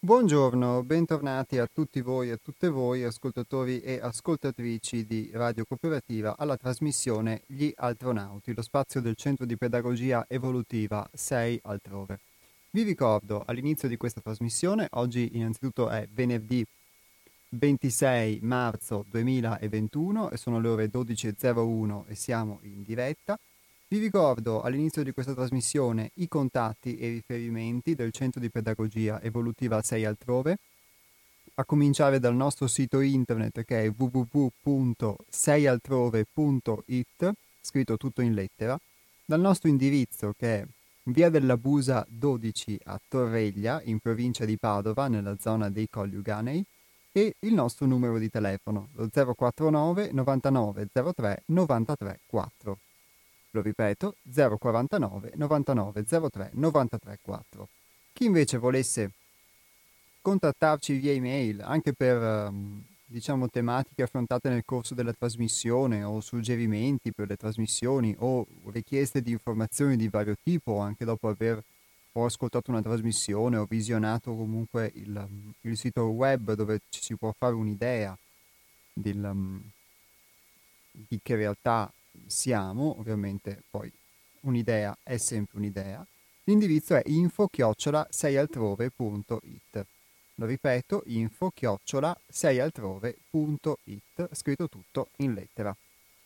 Buongiorno, bentornati a tutti voi e a tutte voi, ascoltatori e ascoltatrici di Radio Cooperativa, alla trasmissione Gli Altronauti, lo spazio del Centro di Pedagogia Evolutiva 6 altrove. Vi ricordo all'inizio di questa trasmissione, oggi innanzitutto è venerdì 26 marzo 2021 e sono le ore 12.01 e siamo in diretta. Vi ricordo all'inizio di questa trasmissione i contatti e i riferimenti del Centro di Pedagogia Evolutiva 6 altrove, a cominciare dal nostro sito internet che è www.seialtrove.it, scritto tutto in lettera, dal nostro indirizzo che è Via della Busa 12 a Torreglia, in provincia di Padova, nella zona dei Colli Euganei, e il nostro numero di telefono, lo 049 99 03 93 4. Lo ripeto, 049 99 03 93 4. Chi invece volesse contattarci via email, anche per tematiche affrontate nel corso della trasmissione o suggerimenti per le trasmissioni o richieste di informazioni di vario tipo, anche dopo aver o ascoltato una trasmissione o visionato comunque il sito web dove ci si può fare un'idea di che realtà siamo, ovviamente poi un'idea è sempre un'idea. L'indirizzo è info@seialtrove.it. Lo ripeto, info@seialtrove.it, scritto tutto in lettera.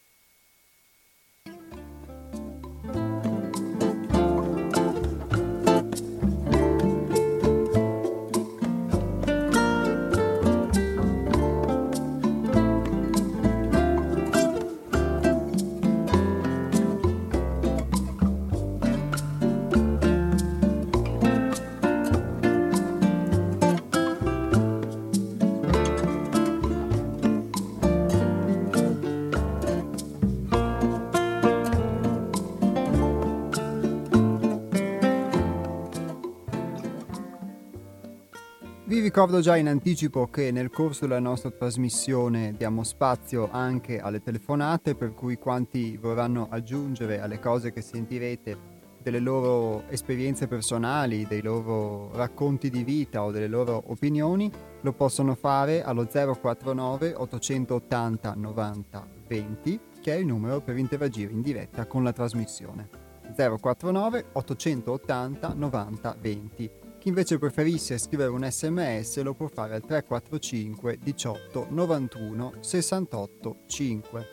Vi ricordo già in anticipo che nel corso della nostra trasmissione diamo spazio anche alle telefonate, per cui quanti vorranno aggiungere alle cose che sentirete delle loro esperienze personali, dei loro racconti di vita o delle loro opinioni, lo possono fare allo 049 880 90 20, che è il numero per interagire in diretta con la trasmissione. 049 880 90 20. Chi invece preferisse scrivere un sms lo può fare al 345 18 91 68 5.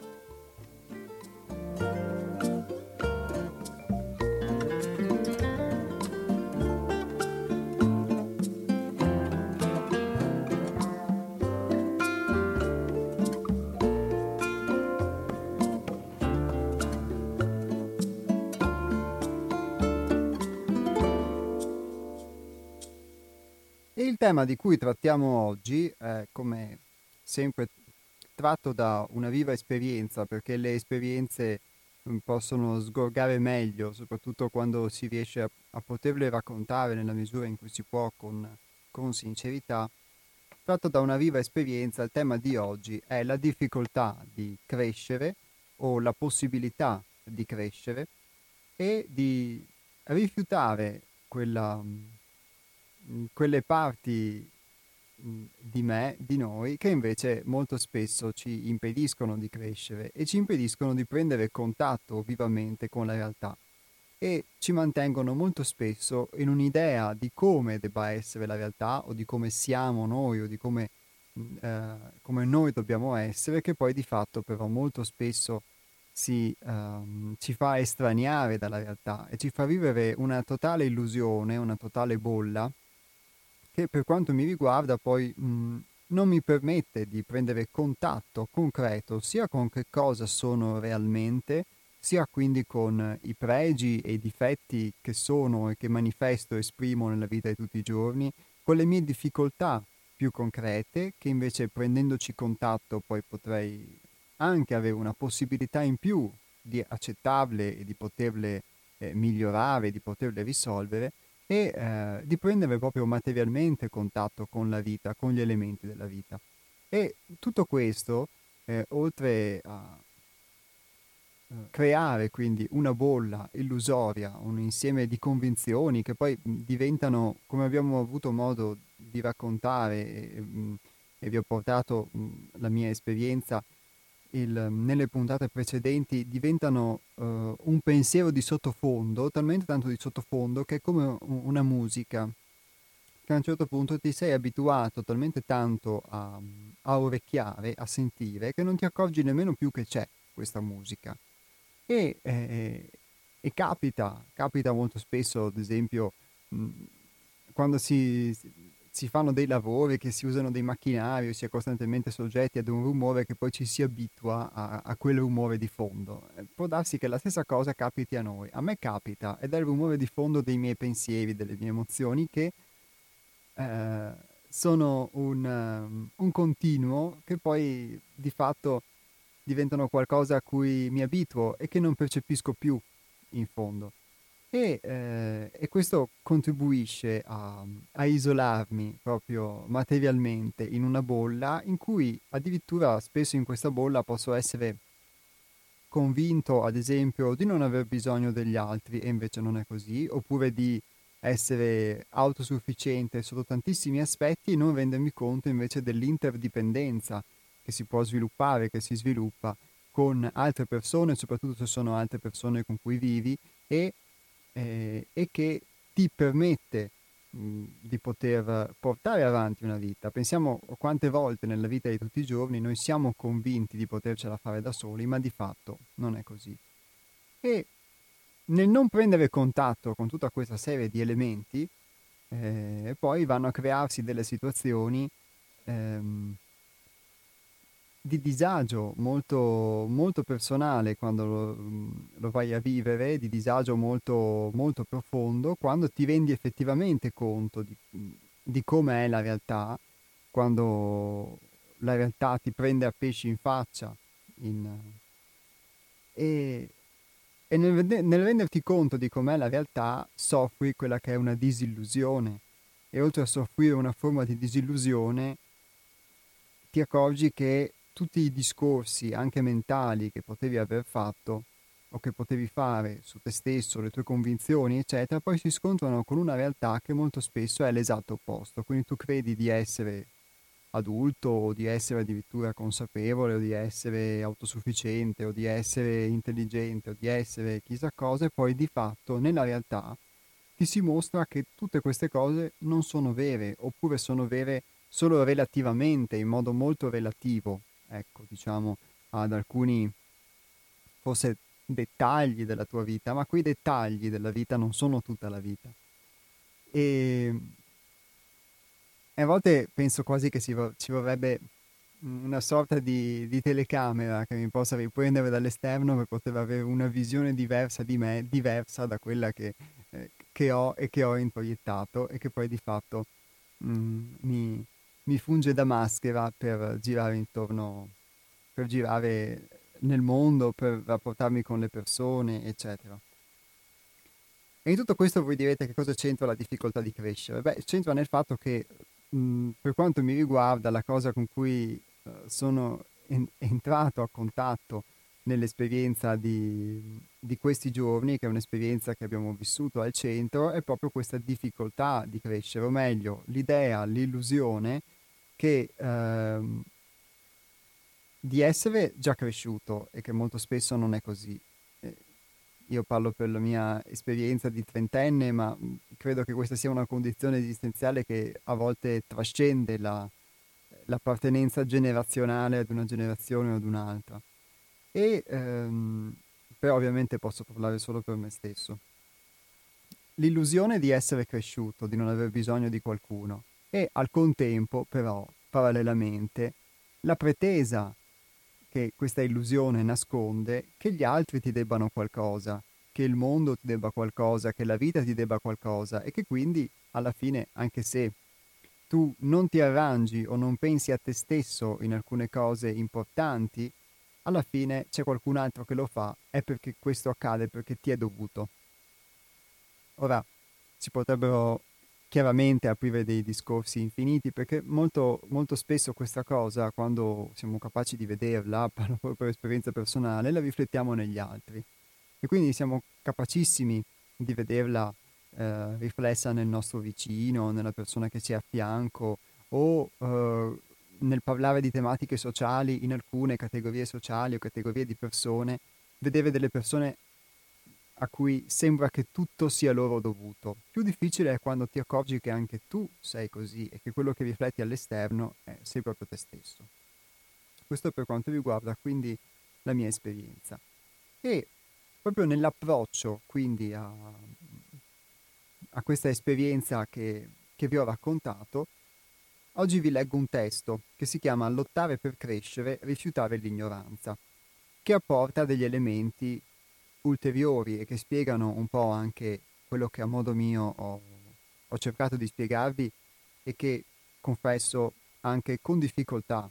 E il tema di cui trattiamo oggi è, come sempre, tratto da una viva esperienza, perché le esperienze possono sgorgare meglio, soprattutto quando si riesce a poterle raccontare nella misura in cui si può con sincerità. Tratto da una viva esperienza, il tema di oggi è la difficoltà di crescere o la possibilità di crescere e di rifiutare quelle parti di me, di noi, che invece molto spesso ci impediscono di crescere e ci impediscono di prendere contatto vivamente con la realtà e ci mantengono molto spesso in un'idea di come debba essere la realtà o di come siamo noi o di come noi dobbiamo essere, che poi di fatto però molto spesso ci fa estraniare dalla realtà e ci fa vivere una totale illusione, una totale bolla che per quanto mi riguarda poi non mi permette di prendere contatto concreto sia con che cosa sono realmente, sia quindi con i pregi e i difetti che sono e che manifesto e esprimo nella vita di tutti i giorni, con le mie difficoltà più concrete, che invece prendendoci contatto poi potrei anche avere una possibilità in più di accettarle e di poterle migliorare, di poterle risolvere e di prendere proprio materialmente contatto con la vita, con gli elementi della vita. E tutto questo, oltre a creare quindi una bolla illusoria, un insieme di convinzioni che poi diventano, come abbiamo avuto modo di di raccontare e vi ho portato la mia esperienza nelle puntate precedenti, diventano un pensiero di sottofondo, talmente tanto di sottofondo che è come una musica, che a un certo punto ti sei abituato talmente tanto a orecchiare, a sentire, che non ti accorgi nemmeno più che c'è questa musica. E capita molto spesso, ad esempio, mh, quando si fanno dei lavori, che si usano dei macchinari o si è costantemente soggetti ad un rumore, che poi ci si abitua a quel rumore di fondo. Può darsi che la stessa cosa capiti a noi. A me capita, ed è il rumore di fondo dei miei pensieri, delle mie emozioni, che eh, sono un continuo che poi di fatto diventano qualcosa a cui mi abituo e che non percepisco più in fondo. E questo contribuisce a isolarmi proprio materialmente in una bolla in cui addirittura spesso in questa bolla posso essere convinto, ad esempio, di non aver bisogno degli altri e invece non è così, oppure di essere autosufficiente sotto tantissimi aspetti e non rendermi conto invece dell'interdipendenza che si può sviluppare, che si sviluppa con altre persone, soprattutto se sono altre persone con cui vivi e che ti permette di poter portare avanti una vita. Pensiamo quante volte nella vita di tutti i giorni noi siamo convinti di potercela fare da soli, ma di fatto non è così. E nel non prendere contatto con tutta questa serie di elementi, poi vanno a crearsi delle situazioni ehm, di disagio molto, molto personale quando lo vai a vivere, di disagio molto, molto profondo, quando ti rendi effettivamente conto di come è la realtà, quando la realtà ti prende a pesci in faccia in- e, e nel renderti conto di com'è la realtà soffri quella che è una disillusione e oltre a soffrire una forma di disillusione ti accorgi che tutti i discorsi, anche mentali, che potevi aver fatto o che potevi fare su te stesso, le tue convinzioni, eccetera, poi si scontrano con una realtà che molto spesso è l'esatto opposto. Quindi tu credi di essere adulto o di essere addirittura consapevole o di essere autosufficiente o di essere intelligente o di essere chissà cosa e poi di fatto nella realtà ti si mostra che tutte queste cose non sono vere, oppure sono vere solo relativamente, in modo molto relativo, ecco, diciamo, ad alcuni forse dettagli della tua vita, ma quei dettagli della vita non sono tutta la vita. E, e a volte penso quasi che ci vorrebbe una sorta di telecamera che mi possa riprendere dall'esterno per poter avere una visione diversa di me, diversa da quella che ho e che ho introiettato e che poi di fatto mi funge da maschera per girare intorno, per girare nel mondo, per rapportarmi con le persone, eccetera. E in tutto questo voi direte che cosa c'entra la difficoltà di crescere? Beh, c'entra nel fatto che per quanto mi riguarda la cosa con cui sono entrato a contatto nell'esperienza di questi giorni, che è un'esperienza che abbiamo vissuto al centro, è proprio questa difficoltà di crescere, o meglio, l'idea, l'illusione che di essere già cresciuto e che molto spesso non è così. Eh, io parlo per la mia esperienza di trentenne, ma credo che questa sia una condizione esistenziale che a volte trascende l'appartenenza generazionale ad una generazione o ad un'altra. E però ovviamente posso parlare solo per me stesso. L'illusione di essere cresciuto, di non aver bisogno di qualcuno e al contempo però, parallelamente, la pretesa che questa illusione nasconde che gli altri ti debbano qualcosa, che il mondo ti debba qualcosa, che la vita ti debba qualcosa e che quindi alla fine, anche se tu non ti arrangi o non pensi a te stesso in alcune cose importanti, alla fine c'è qualcun altro che lo fa, è perché questo accade, perché ti è dovuto. Ora, si potrebbero chiaramente aprire dei discorsi infiniti perché molto, molto spesso questa cosa, quando siamo capaci di vederla, parlo proprio per esperienza personale, la riflettiamo negli altri. E quindi siamo capacissimi di vederla riflessa nel nostro vicino, nella persona che ci è a fianco o nel parlare di tematiche sociali in alcune categorie sociali o categorie di persone, vedere delle persone a cui sembra che tutto sia loro dovuto. Più difficile è quando ti accorgi che anche tu sei così e che quello che rifletti all'esterno sei proprio te stesso. Questo per quanto riguarda quindi la mia esperienza. E proprio nell'approccio quindi a questa esperienza che vi ho raccontato, oggi vi leggo un testo che si chiama Lottare per crescere, rifiutare l'ignoranza, che apporta degli elementi ulteriori e che spiegano un po' anche quello che a modo mio ho cercato di spiegarvi e che, confesso, anche con difficoltà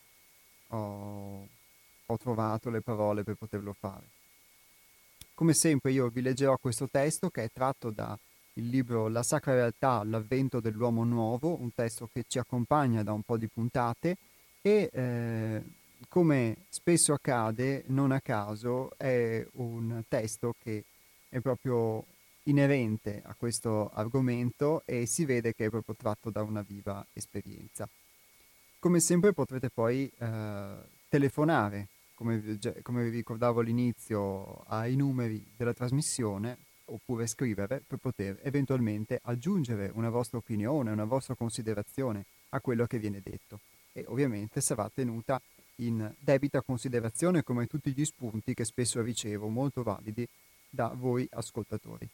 ho trovato le parole per poterlo fare. Come sempre io vi leggerò questo testo che è tratto dal libro La Sacra Realtà, l'avvento dell'uomo nuovo, un testo che ci accompagna da un po' di puntate e come spesso accade, non a caso, è un testo che è proprio inerente a questo argomento e si vede che è proprio tratto da una viva esperienza. Come sempre potrete poi telefonare, come vi ricordavo all'inizio, ai numeri della trasmissione oppure scrivere per poter eventualmente aggiungere una vostra opinione, una vostra considerazione a quello che viene detto. E ovviamente sarà tenuta in debita considerazione come tutti gli spunti che spesso ricevo, molto validi, da voi ascoltatori.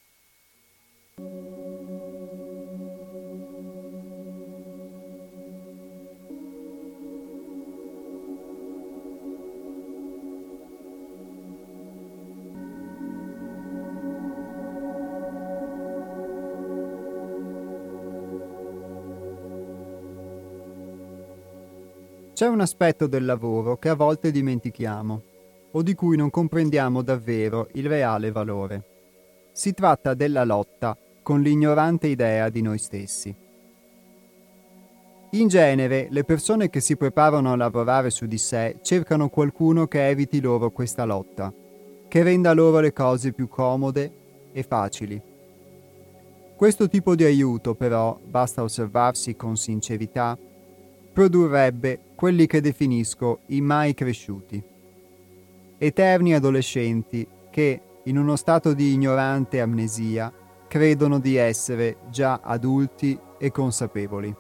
C'è un aspetto del lavoro che a volte dimentichiamo o di cui non comprendiamo davvero il reale valore. Si tratta della lotta con l'ignorante idea di noi stessi. In genere, le persone che si preparano a lavorare su di sé cercano qualcuno che eviti loro questa lotta, che renda loro le cose più comode e facili. Questo tipo di aiuto, però, basta osservarsi con sincerità, produrrebbe quelli che definisco i mai cresciuti. Eterni adolescenti che, in uno stato di ignorante amnesia, credono di essere già adulti e consapevoli.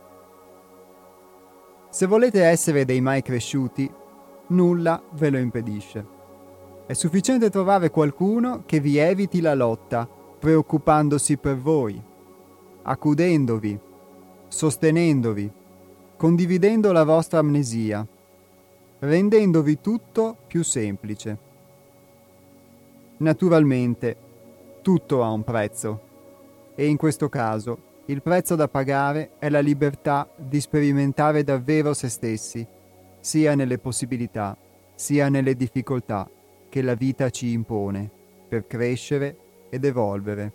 Se volete essere dei mai cresciuti, nulla ve lo impedisce. È sufficiente trovare qualcuno che vi eviti la lotta, preoccupandosi per voi, accudendovi, sostenendovi, condividendo la vostra amnesia, rendendovi tutto più semplice. Naturalmente, tutto ha un prezzo, e in questo caso il prezzo da pagare è la libertà di sperimentare davvero se stessi, sia nelle possibilità, sia nelle difficoltà che la vita ci impone per crescere ed evolvere.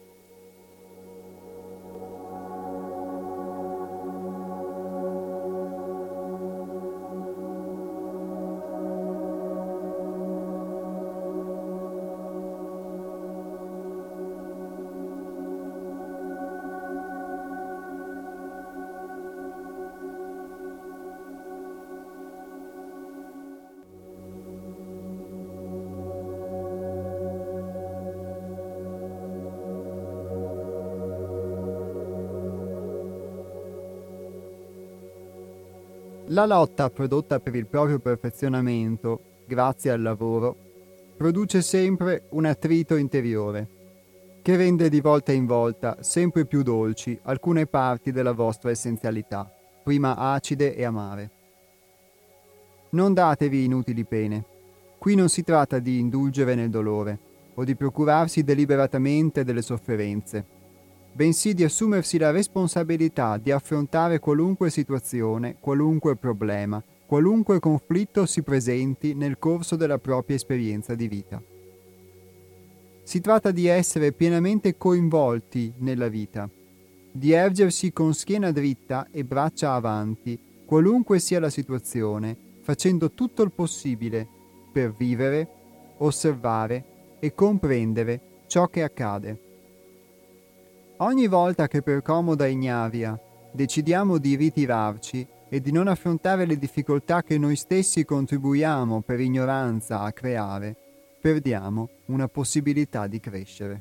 La lotta prodotta per il proprio perfezionamento, grazie al lavoro, produce sempre un attrito interiore, che rende di volta in volta sempre più dolci alcune parti della vostra essenzialità, prima acide e amare. Non datevi inutili pene. Qui non si tratta di indulgere nel dolore o di procurarsi deliberatamente delle sofferenze, bensì di assumersi la responsabilità di affrontare qualunque situazione, qualunque problema, qualunque conflitto si presenti nel corso della propria esperienza di vita. Si tratta di essere pienamente coinvolti nella vita, di ergersi con schiena dritta e braccia avanti, qualunque sia la situazione, facendo tutto il possibile per vivere, osservare e comprendere ciò che accade. Ogni volta che per comoda ignavia decidiamo di ritirarci e di non affrontare le difficoltà che noi stessi contribuiamo per ignoranza a creare, perdiamo una possibilità di crescere.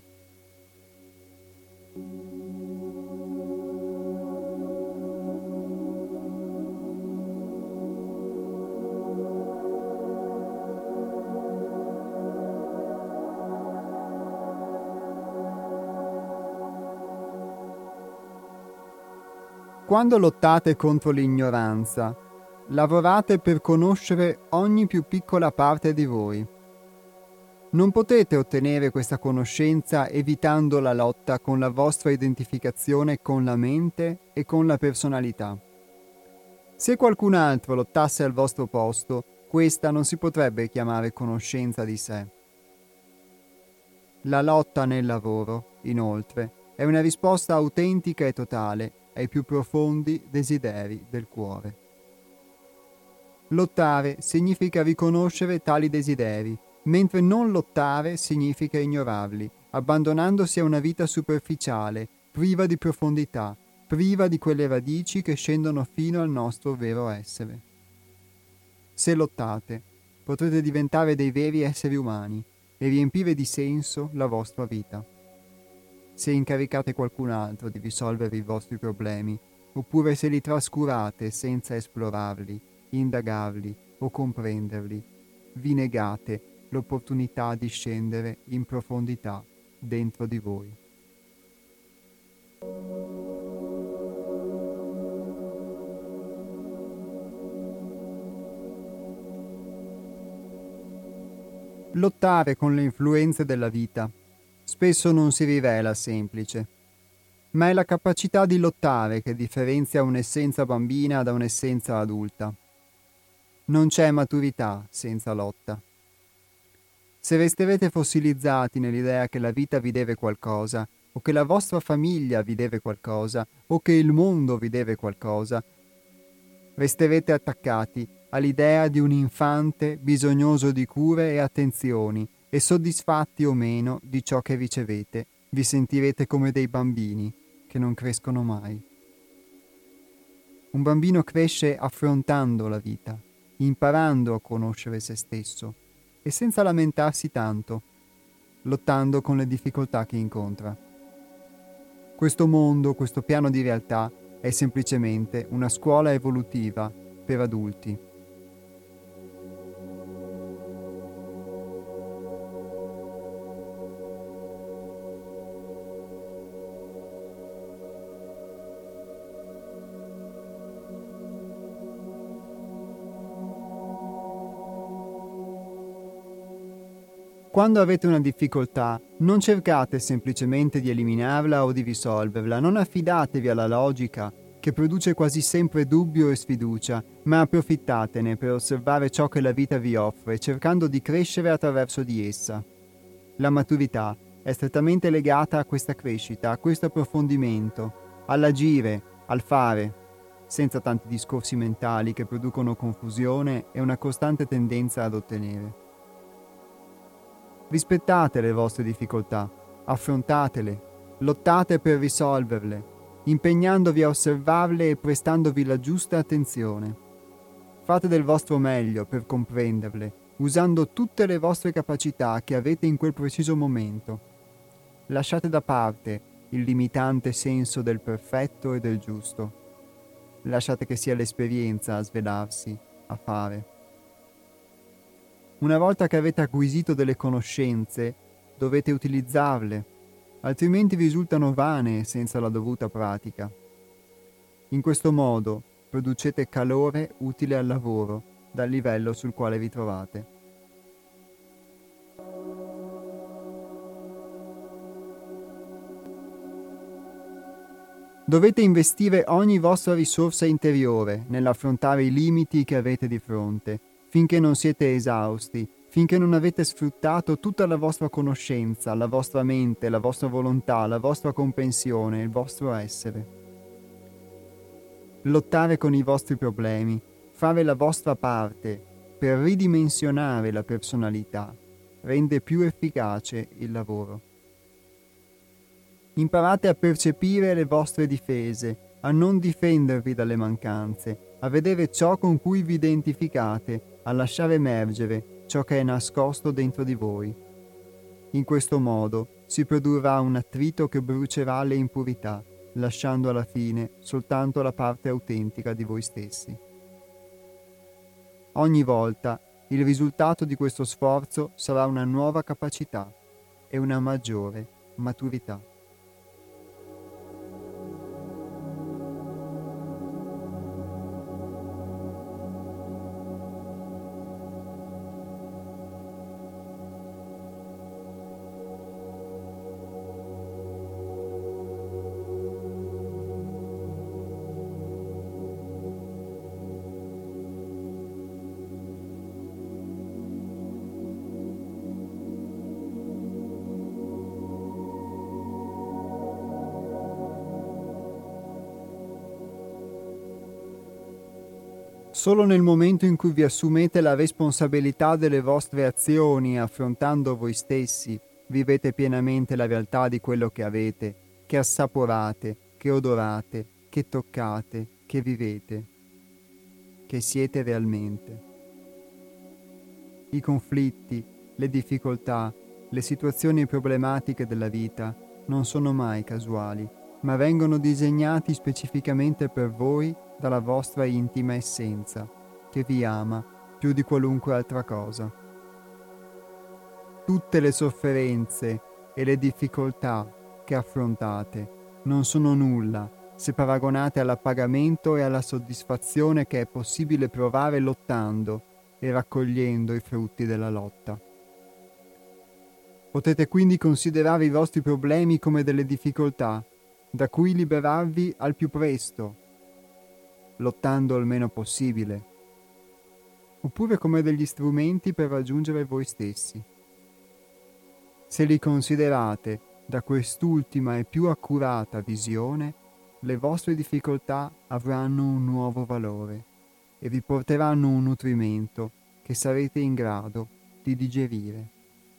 Quando lottate contro l'ignoranza, lavorate per conoscere ogni più piccola parte di voi. Non potete ottenere questa conoscenza evitando la lotta con la vostra identificazione con la mente e con la personalità. Se qualcun altro lottasse al vostro posto, questa non si potrebbe chiamare conoscenza di sé. La lotta nel lavoro, inoltre, è una risposta autentica e totale ai più profondi desideri del cuore. Lottare significa riconoscere tali desideri, mentre non lottare significa ignorarli, abbandonandosi a una vita superficiale, priva di profondità, priva di quelle radici che scendono fino al nostro vero essere. Se lottate, potrete diventare dei veri esseri umani e riempire di senso la vostra vita. Se incaricate qualcun altro di risolvere i vostri problemi, oppure se li trascurate senza esplorarli, indagarli o comprenderli, vi negate l'opportunità di scendere in profondità dentro di voi. Lottare con le influenze della vita spesso non si rivela semplice, ma è la capacità di lottare che differenzia un'essenza bambina da un'essenza adulta. Non c'è maturità senza lotta. Se resterete fossilizzati nell'idea che la vita vi deve qualcosa, o che la vostra famiglia vi deve qualcosa, o che il mondo vi deve qualcosa, resterete attaccati all'idea di un infante bisognoso di cure e attenzioni, e soddisfatti o meno di ciò che ricevete, vi sentirete come dei bambini che non crescono mai. Un bambino cresce affrontando la vita, imparando a conoscere se stesso e senza lamentarsi tanto, lottando con le difficoltà che incontra. Questo mondo, questo piano di realtà è semplicemente una scuola evolutiva per adulti. Quando avete una difficoltà, non cercate semplicemente di eliminarla o di risolverla, non affidatevi alla logica, che produce quasi sempre dubbio e sfiducia, ma approfittatene per osservare ciò che la vita vi offre, cercando di crescere attraverso di essa. La maturità è strettamente legata a questa crescita, a questo approfondimento, all'agire, al fare, senza tanti discorsi mentali che producono confusione e una costante tendenza ad ottenere. Rispettate le vostre difficoltà, affrontatele, lottate per risolverle, impegnandovi a osservarle e prestandovi la giusta attenzione. Fate del vostro meglio per comprenderle, usando tutte le vostre capacità che avete in quel preciso momento. Lasciate da parte il limitante senso del perfetto e del giusto. Lasciate che sia l'esperienza a svelarsi, a fare. Una volta che avete acquisito delle conoscenze, dovete utilizzarle, altrimenti risultano vane senza la dovuta pratica. In questo modo producete calore utile al lavoro dal livello sul quale vi trovate. Dovete investire ogni vostra risorsa interiore nell'affrontare i limiti che avete di fronte, finché non siete esausti, finché non avete sfruttato tutta la vostra conoscenza, la vostra mente, la vostra volontà, la vostra comprensione, il vostro essere. Lottare con i vostri problemi, fare la vostra parte per ridimensionare la personalità, rende più efficace il lavoro. Imparate a percepire le vostre difese, a non difendervi dalle mancanze, a vedere ciò con cui vi identificate, a lasciare emergere ciò che è nascosto dentro di voi. In questo modo si produrrà un attrito che brucerà le impurità, lasciando alla fine soltanto la parte autentica di voi stessi. Ogni volta il risultato di questo sforzo sarà una nuova capacità e una maggiore maturità. Solo nel momento in cui vi assumete la responsabilità delle vostre azioni affrontando voi stessi, vivete pienamente la realtà di quello che avete, che assaporate, che odorate, che toccate, che vivete, che siete realmente. I conflitti, le difficoltà, le situazioni problematiche della vita non sono mai casuali, ma vengono disegnati specificamente per voi dalla vostra intima essenza, che vi ama più di qualunque altra cosa. Tutte le sofferenze e le difficoltà che affrontate non sono nulla se paragonate all'appagamento e alla soddisfazione che è possibile provare lottando e raccogliendo i frutti della lotta. Potete quindi considerare i vostri problemi come delle difficoltà da cui liberarvi al più presto, lottando il meno possibile, oppure come degli strumenti per raggiungere voi stessi. Se li considerate da quest'ultima e più accurata visione, le vostre difficoltà avranno un nuovo valore e vi porteranno un nutrimento che sarete in grado di digerire.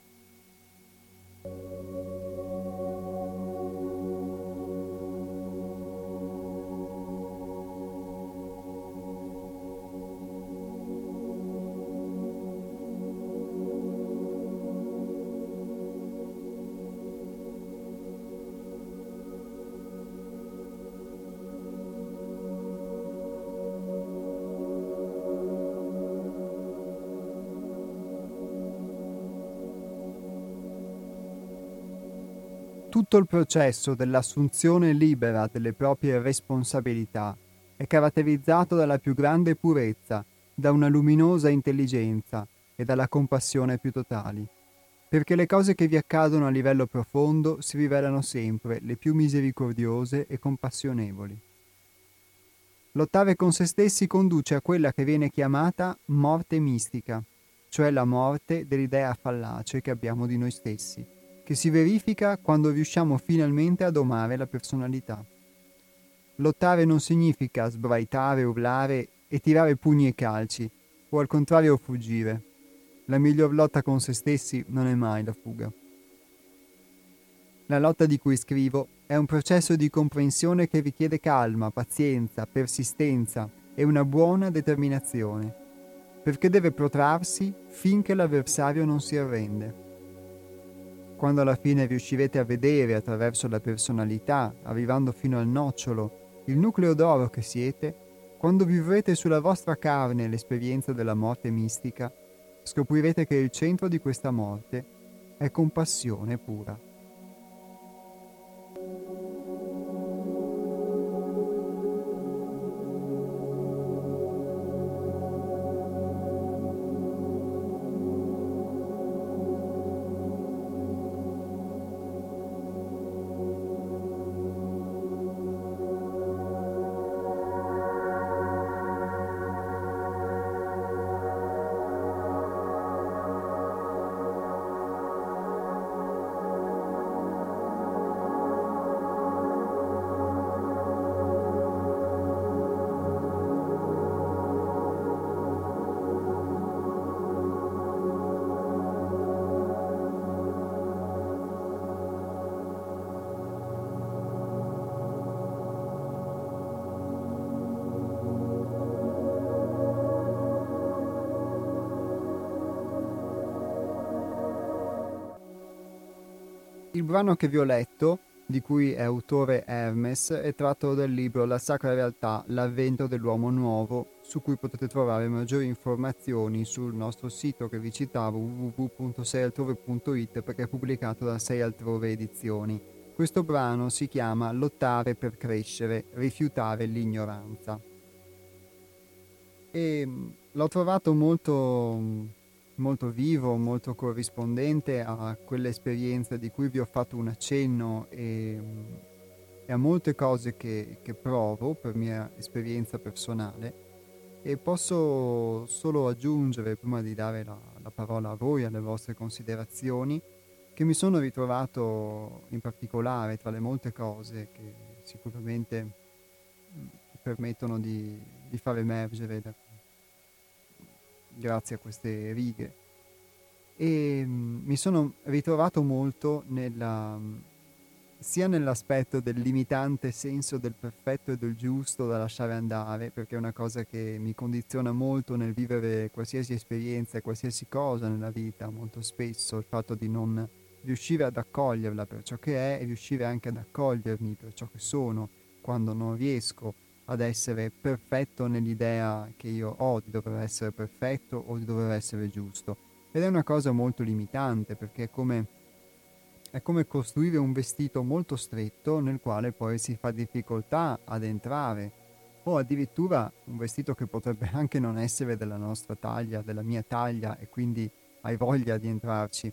Tutto il processo dell'assunzione libera delle proprie responsabilità è caratterizzato dalla più grande purezza, da una luminosa intelligenza e dalla compassione più totali, perché le cose che vi accadono a livello profondo si rivelano sempre le più misericordiose e compassionevoli. Lottare con se stessi conduce a quella che viene chiamata morte mistica, cioè la morte dell'idea fallace che abbiamo di noi stessi, che si verifica quando riusciamo finalmente a domare la personalità. Lottare non significa sbraitare, urlare e tirare pugni e calci, o al contrario fuggire. La miglior lotta con se stessi non è mai la fuga. La lotta di cui scrivo è un processo di comprensione che richiede calma, pazienza, persistenza e una buona determinazione, perché deve protrarsi finché l'avversario non si arrende. Quando alla fine riuscirete a vedere attraverso la personalità, arrivando fino al nocciolo, il nucleo d'oro che siete, quando vivrete sulla vostra carne l'esperienza della morte mistica, scoprirete che il centro di questa morte è compassione pura. Il brano che vi ho letto, di cui è autore Hermes, è tratto dal libro La Sacra Realtà, l'avvento dell'uomo nuovo, su cui potete trovare maggiori informazioni sul nostro sito che vi citavo, www.seialtrove.it, perché è pubblicato da Sei Altrove Edizioni. Questo brano si chiama Lottare per crescere, rifiutare l'ignoranza. E l'ho trovato molto vivo, molto corrispondente a quell'esperienza di cui vi ho fatto un accenno e a molte cose che provo per mia esperienza personale. E posso solo aggiungere, prima di dare la parola a voi, alle vostre considerazioni, che mi sono ritrovato in particolare tra le molte cose che sicuramente permettono di far emergere grazie a queste righe. E mi sono ritrovato molto sia nell'aspetto del limitante senso del perfetto e del giusto da lasciare andare, perché è una cosa che mi condiziona molto nel vivere qualsiasi esperienza e qualsiasi cosa nella vita, molto spesso il fatto di non riuscire ad accoglierla per ciò che è e riuscire anche ad accogliermi per ciò che sono, quando non riesco ad essere perfetto nell'idea che io ho di dover essere perfetto o di dover essere giusto. Ed è una cosa molto limitante, perché è come costruire un vestito molto stretto nel quale poi si fa difficoltà ad entrare, o addirittura un vestito che potrebbe anche non essere della nostra taglia, della mia taglia, e quindi hai voglia di entrarci.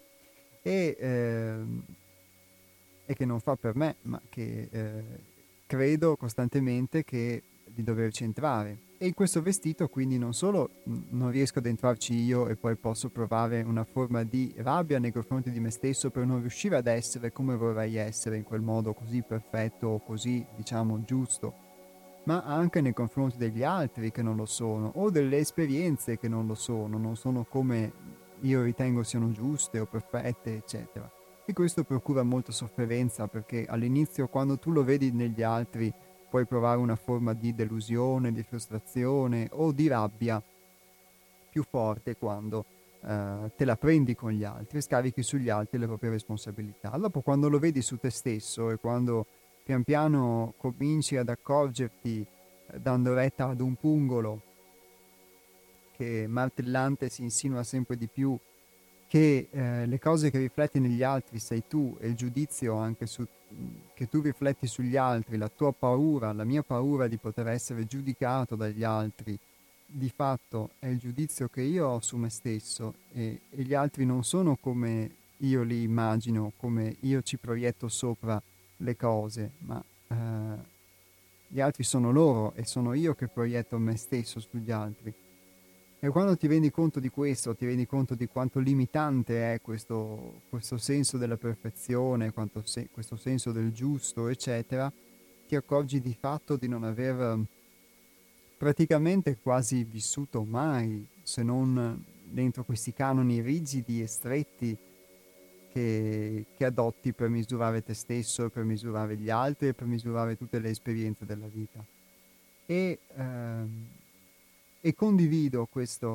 E che non fa per me, ma che credo costantemente di doverci entrare. E in questo vestito quindi non solo non riesco ad entrarci io e poi posso provare una forma di rabbia nei confronti di me stesso per non riuscire ad essere come vorrei essere in quel modo così perfetto o così, diciamo, giusto, ma anche nei confronti degli altri che non lo sono, o delle esperienze che non lo sono, non sono come io ritengo siano giuste o perfette, eccetera. E questo procura molta sofferenza, perché all'inizio, quando tu lo vedi negli altri, puoi provare una forma di delusione, di frustrazione o di rabbia più forte quando te la prendi con gli altri e scarichi sugli altri le proprie responsabilità. Dopo, quando lo vedi su te stesso e quando pian piano cominci ad accorgerti, dando retta ad un pungolo che martellante si insinua sempre di più, che le cose che rifletti negli altri sei tu, e il giudizio anche che tu rifletti sugli altri, la tua paura, la mia paura di poter essere giudicato dagli altri, di fatto è il giudizio che io ho su me stesso, e gli altri non sono come io li immagino, come io ci proietto sopra le cose, ma gli altri sono loro e sono io che proietto me stesso sugli altri. E quando ti rendi conto di questo, ti rendi conto di quanto limitante è questo senso della perfezione, questo senso del giusto, eccetera, ti accorgi di fatto di non aver praticamente quasi vissuto mai, se non dentro questi canoni rigidi e stretti che adotti per misurare te stesso, per misurare gli altri e per misurare tutte le esperienze della vita. E, ehm, e condivido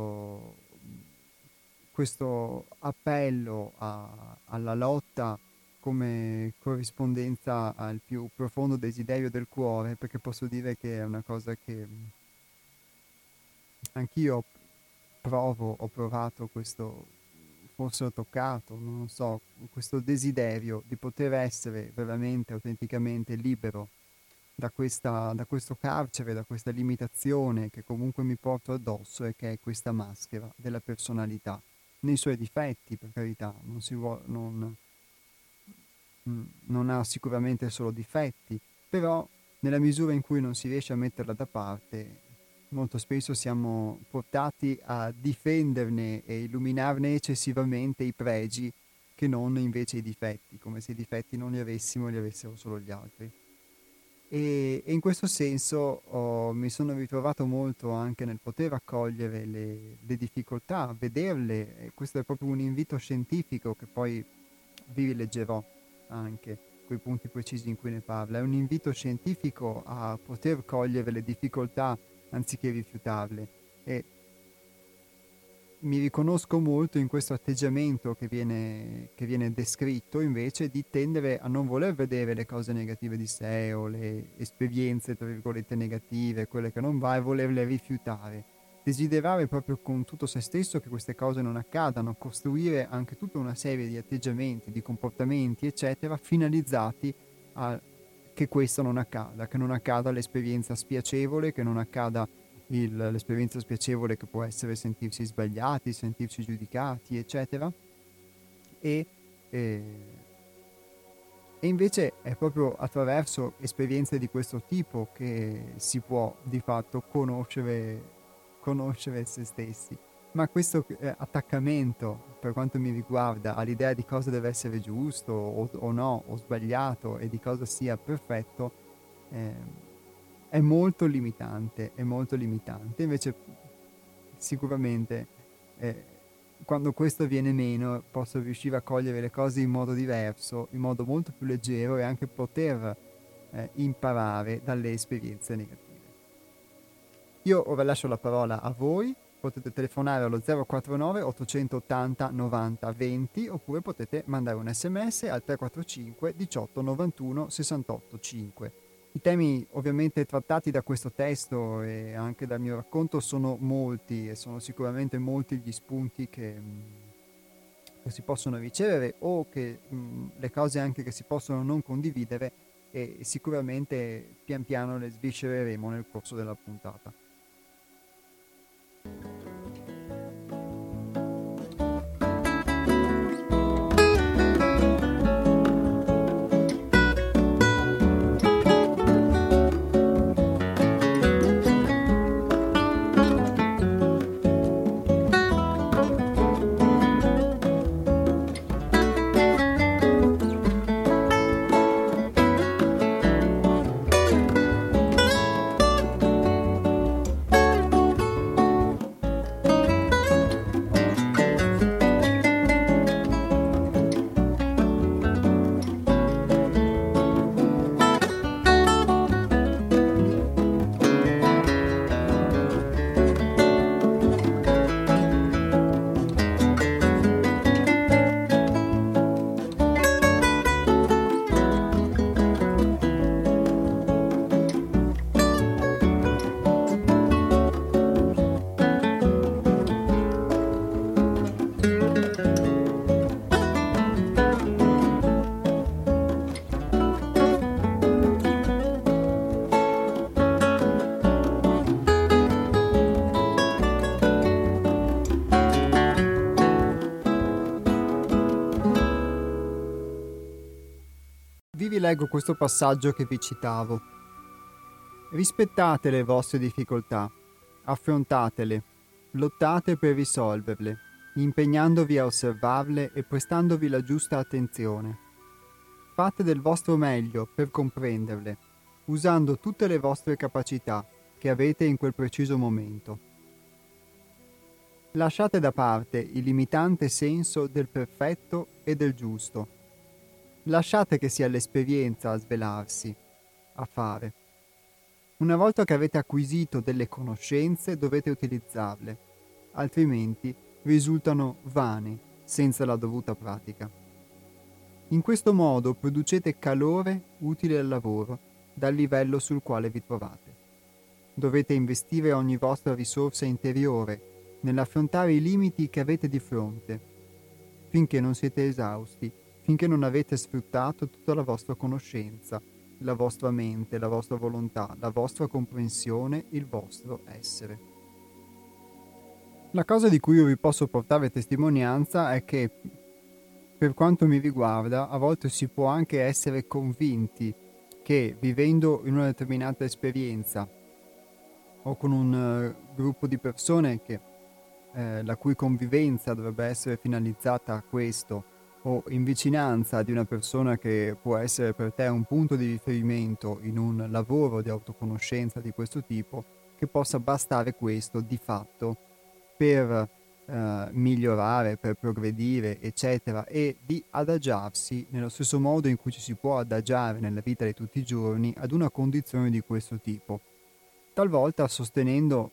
questo appello alla lotta come corrispondenza al più profondo desiderio del cuore, perché posso dire che è una cosa che anch'io ho provato questo, forse ho toccato, non so, questo desiderio di poter essere veramente, autenticamente libero da questo carcere, da questa limitazione che comunque mi porto addosso, e che è questa maschera della personalità, nei suoi difetti, per carità, non ha sicuramente solo difetti, però nella misura in cui non si riesce a metterla da parte, molto spesso siamo portati a difenderne e illuminarne eccessivamente i pregi, che non invece i difetti, come se i difetti non li avessimo e li avessero solo gli altri. E in questo senso mi sono ritrovato molto anche nel poter accogliere le difficoltà, vederle, e questo è proprio un invito scientifico che poi vi rileggerò anche, quei punti precisi in cui ne parla. È un invito scientifico a poter cogliere le difficoltà anziché rifiutarle. E mi riconosco molto in questo atteggiamento che viene descritto, invece, di tendere a non voler vedere le cose negative di sé o le esperienze, tra virgolette, negative, quelle che non va, e volerle rifiutare. Desiderare proprio con tutto se stesso che queste cose non accadano, costruire anche tutta una serie di atteggiamenti, di comportamenti, eccetera, finalizzati a che questo non accada, che non accada l'esperienza spiacevole, che non accada l'esperienza spiacevole che può essere sentirsi sbagliati, sentirsi giudicati, eccetera. E, eh, e invece è proprio attraverso esperienze di questo tipo che si può di fatto conoscere se stessi. Ma questo attaccamento, per quanto mi riguarda, all'idea di cosa deve essere giusto o no, o sbagliato, e di cosa sia perfetto, è molto limitante, è molto limitante. Invece sicuramente quando questo viene meno, posso riuscire a cogliere le cose in modo diverso, in modo molto più leggero, e anche poter imparare dalle esperienze negative. Io ora lascio la parola a voi. Potete telefonare allo 049 880 90 20, oppure potete mandare un sms al 345 18 91 68 5. I temi ovviamente trattati da questo testo e anche dal mio racconto sono molti, e sono sicuramente molti gli spunti che si possono ricevere, o che le cose anche che si possono non condividere, e sicuramente pian piano le sviscereremo nel corso della puntata. Vi leggo questo passaggio che vi citavo. Rispettate le vostre difficoltà, affrontatele, lottate per risolverle, impegnandovi a osservarle e prestandovi la giusta attenzione. Fate del vostro meglio per comprenderle, usando tutte le vostre capacità che avete in quel preciso momento. Lasciate da parte il limitante senso del perfetto e del giusto. Lasciate che sia l'esperienza a svelarsi, a fare. Una volta che avete acquisito delle conoscenze, dovete utilizzarle, altrimenti risultano vane senza la dovuta pratica. In questo modo producete calore utile al lavoro dal livello sul quale vi trovate. Dovete investire ogni vostra risorsa interiore nell'affrontare i limiti che avete di fronte, finché non siete esausti, finché non avete sfruttato tutta la vostra conoscenza, la vostra mente, la vostra volontà, la vostra comprensione, il vostro essere. La cosa di cui io vi posso portare testimonianza è che, per quanto mi riguarda, a volte si può anche essere convinti che, vivendo in una determinata esperienza o con un gruppo di persone la cui convivenza dovrebbe essere finalizzata a questo, o in vicinanza di una persona che può essere per te un punto di riferimento in un lavoro di autoconoscenza di questo tipo, che possa bastare questo di fatto per migliorare, per progredire, eccetera, e di adagiarsi nello stesso modo in cui ci si può adagiare nella vita di tutti i giorni ad una condizione di questo tipo, talvolta sostenendo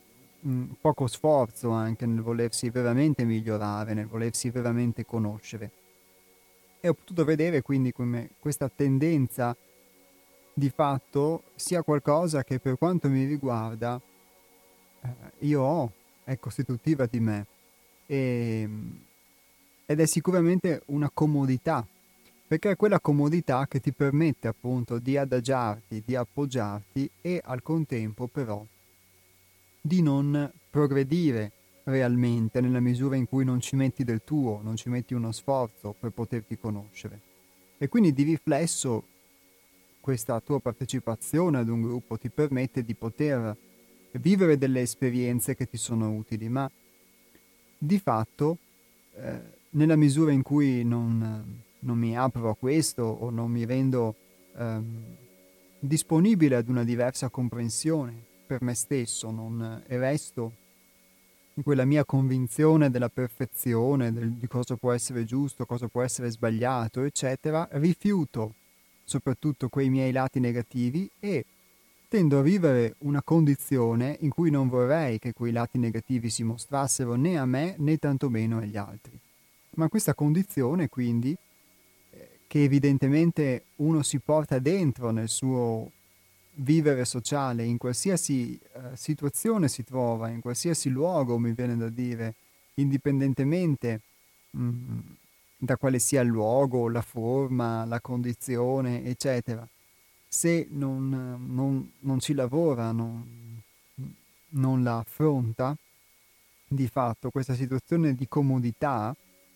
poco sforzo anche nel volersi veramente migliorare, nel volersi veramente conoscere. E ho potuto vedere quindi come questa tendenza di fatto sia qualcosa che per quanto mi riguarda io ho, è costitutiva di me e, ed è sicuramente una comodità, perché è quella comodità che ti permette appunto di adagiarti, di appoggiarti e al contempo però di non progredire realmente nella misura in cui non ci metti del tuo, non ci metti uno sforzo per poterti conoscere. E quindi di riflesso questa tua partecipazione ad un gruppo ti permette di poter vivere delle esperienze che ti sono utili, ma di fatto nella misura in cui non mi apro a questo o non mi rendo disponibile ad una diversa comprensione per me stesso, non resto in quella mia convinzione della perfezione, di cosa può essere giusto, cosa può essere sbagliato, eccetera, rifiuto soprattutto quei miei lati negativi e tendo a vivere una condizione in cui non vorrei che quei lati negativi si mostrassero né a me né tantomeno agli altri. Ma questa condizione quindi, che evidentemente uno si porta dentro nel suo vivere sociale, in qualsiasi situazione si trova, in qualsiasi luogo mi viene da dire, indipendentemente mh, da quale sia il luogo, la forma, la condizione, eccetera, se non ci lavora, non la affronta, di fatto questa situazione di comodità,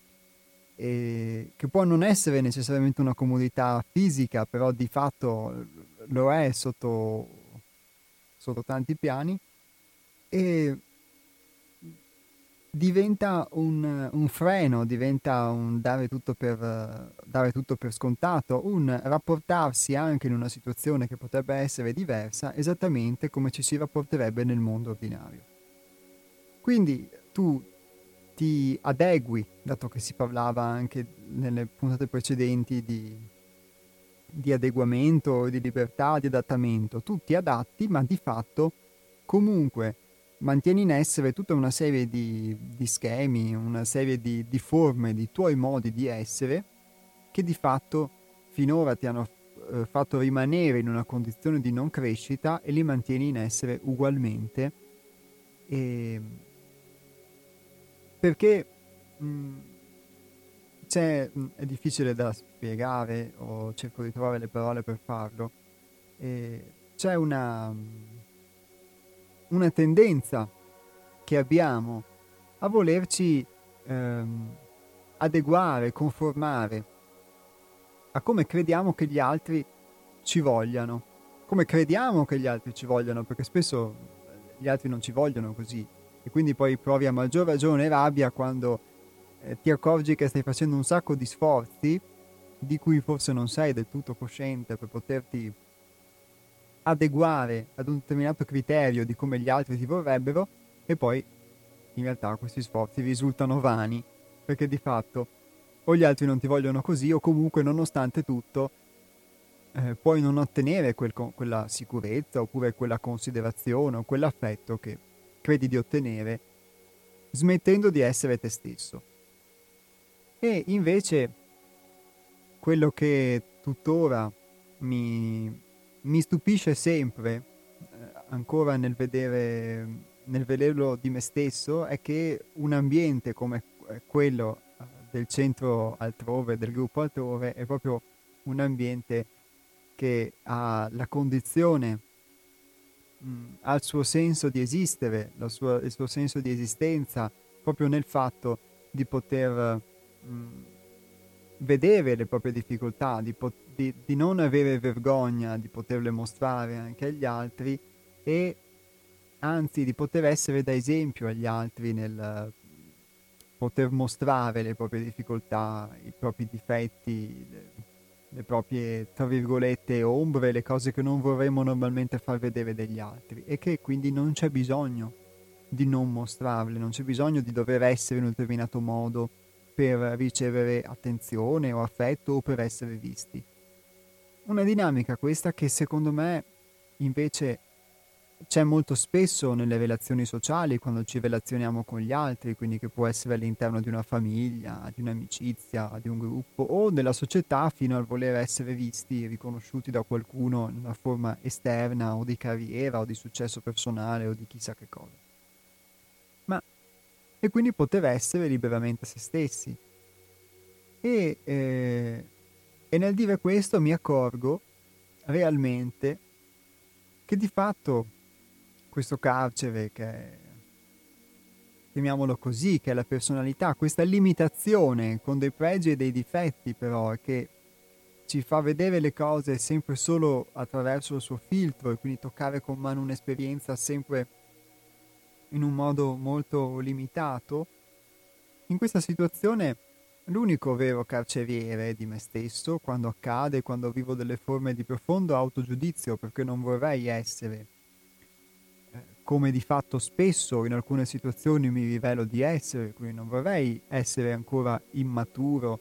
che può non essere necessariamente una comodità fisica, però di fatto lo è sotto tanti piani, e diventa un freno, diventa un dare tutto per scontato, un rapportarsi anche in una situazione che potrebbe essere diversa, esattamente come ci si rapporterebbe nel mondo ordinario. Quindi tu ti adegui, dato che si parlava anche nelle puntate precedenti di adeguamento, di libertà, di adattamento, tu ti adatti, ma di fatto comunque mantieni in essere tutta una serie di schemi, una serie di forme, di tuoi modi di essere che di fatto finora ti hanno fatto rimanere in una condizione di non crescita e li mantieni in essere ugualmente. E perché è difficile da spiegare o cerco di trovare le parole per farlo. C'è una tendenza che abbiamo a volerci adeguare, conformare a come crediamo che gli altri ci vogliano, come crediamo che gli altri ci vogliano, perché spesso gli altri non ci vogliono così e quindi poi provi a maggior ragione rabbia quando ti accorgi che stai facendo un sacco di sforzi di cui forse non sei del tutto cosciente per poterti adeguare ad un determinato criterio di come gli altri ti vorrebbero e poi in realtà questi sforzi risultano vani perché di fatto o gli altri non ti vogliono così o comunque nonostante tutto puoi non ottenere quella sicurezza oppure quella considerazione o quell'affetto che credi di ottenere smettendo di essere te stesso. E invece quello che tuttora mi stupisce sempre, ancora nel vederlo di me stesso, è che un ambiente come quello del centro altrove, del gruppo altrove, è proprio un ambiente che ha la condizione, ha il suo senso di esistere, il suo senso di esistenza, proprio nel fatto di poter vedere le proprie difficoltà, di non avere vergogna di poterle mostrare anche agli altri e anzi di poter essere da esempio agli altri nel poter mostrare le proprie difficoltà, i propri difetti, le proprie, tra virgolette, ombre, le cose che non vorremmo normalmente far vedere degli altri e che quindi non c'è bisogno di non mostrarle, non c'è bisogno di dover essere in un determinato modo per ricevere attenzione o affetto o per essere visti. Una dinamica questa che secondo me invece c'è molto spesso nelle relazioni sociali, quando ci relazioniamo con gli altri, quindi che può essere all'interno di una famiglia, di un'amicizia, di un gruppo o della società, fino al voler essere visti, riconosciuti da qualcuno in una forma esterna o di carriera o di successo personale o di chissà che cosa. Ma e quindi poter essere liberamente se stessi. E nel dire questo mi accorgo realmente che di fatto questo carcere, che è, chiamiamolo così, che è la personalità, questa limitazione con dei pregi e dei difetti però, che ci fa vedere le cose sempre solo attraverso il suo filtro e quindi toccare con mano un'esperienza sempre in un modo molto limitato, in questa situazione l'unico vero carceriere di me stesso, quando accade, quando vivo delle forme di profondo autogiudizio, perché non vorrei essere come di fatto spesso in alcune situazioni mi rivelo di essere, quindi non vorrei essere ancora immaturo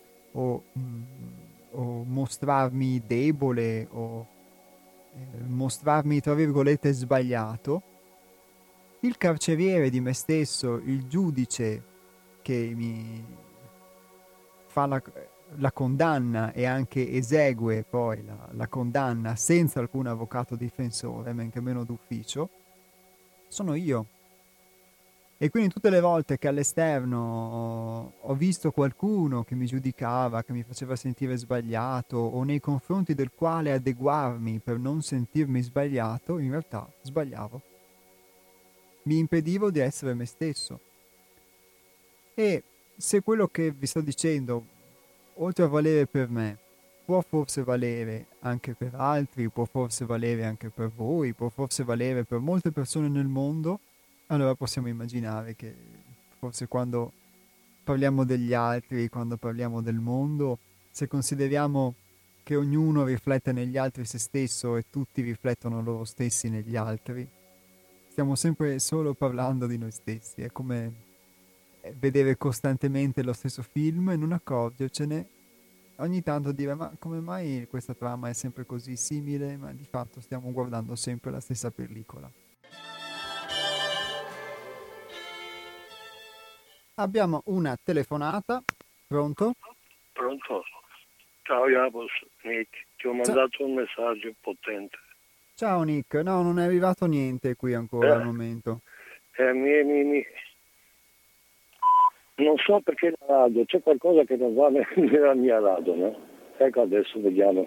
o mostrarmi debole o mostrarmi tra virgolette sbagliato. Il carceriere di me stesso, il giudice che mi fa la condanna e anche esegue poi la condanna senza alcun avvocato difensore, men che meno d'ufficio, sono io. E quindi tutte le volte che all'esterno ho visto qualcuno che mi giudicava, che mi faceva sentire sbagliato o nei confronti del quale adeguarmi per non sentirmi sbagliato, in realtà sbagliavo. Mi impedivo di essere me stesso. E se quello che vi sto dicendo, oltre a valere per me, può forse valere anche per altri, può forse valere anche per voi, può forse valere per molte persone nel mondo, allora possiamo immaginare che forse quando parliamo degli altri, quando parliamo del mondo, se consideriamo che ognuno riflette negli altri se stesso e tutti riflettono loro stessi negli altri, stiamo sempre solo parlando di noi stessi. È come vedere costantemente lo stesso film e non accorgercene, ogni tanto dire ma come mai questa trama è sempre così simile, ma di fatto stiamo guardando sempre la stessa pellicola. Abbiamo una telefonata. Pronto? Pronto? Ciao Javos, Nick, ti ho Ciao, mandato un messaggio potente. ciao Nick, no, non è arrivato niente qui ancora al momento. Non so perché la radio, c'è qualcosa che non va nella mia radio, no? Ecco, adesso vediamo.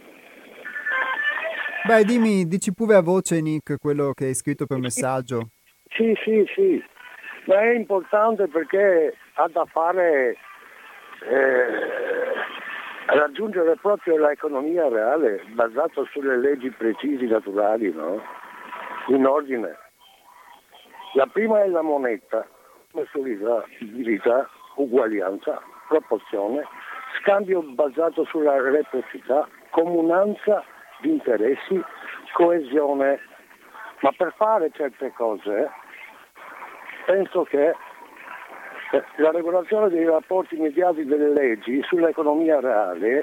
Beh, dici pure a voce Nick quello che hai scritto per messaggio. Sì, ma è importante perché ha da fare raggiungere proprio l'economia reale basata sulle leggi precisi naturali, no? In ordine. La prima è la moneta, solidarietà, uguaglianza, proporzione, scambio basato sulla reciprocità, comunanza di interessi, coesione. Ma per fare certe cose penso che la regolazione dei rapporti immediati delle leggi sull'economia reale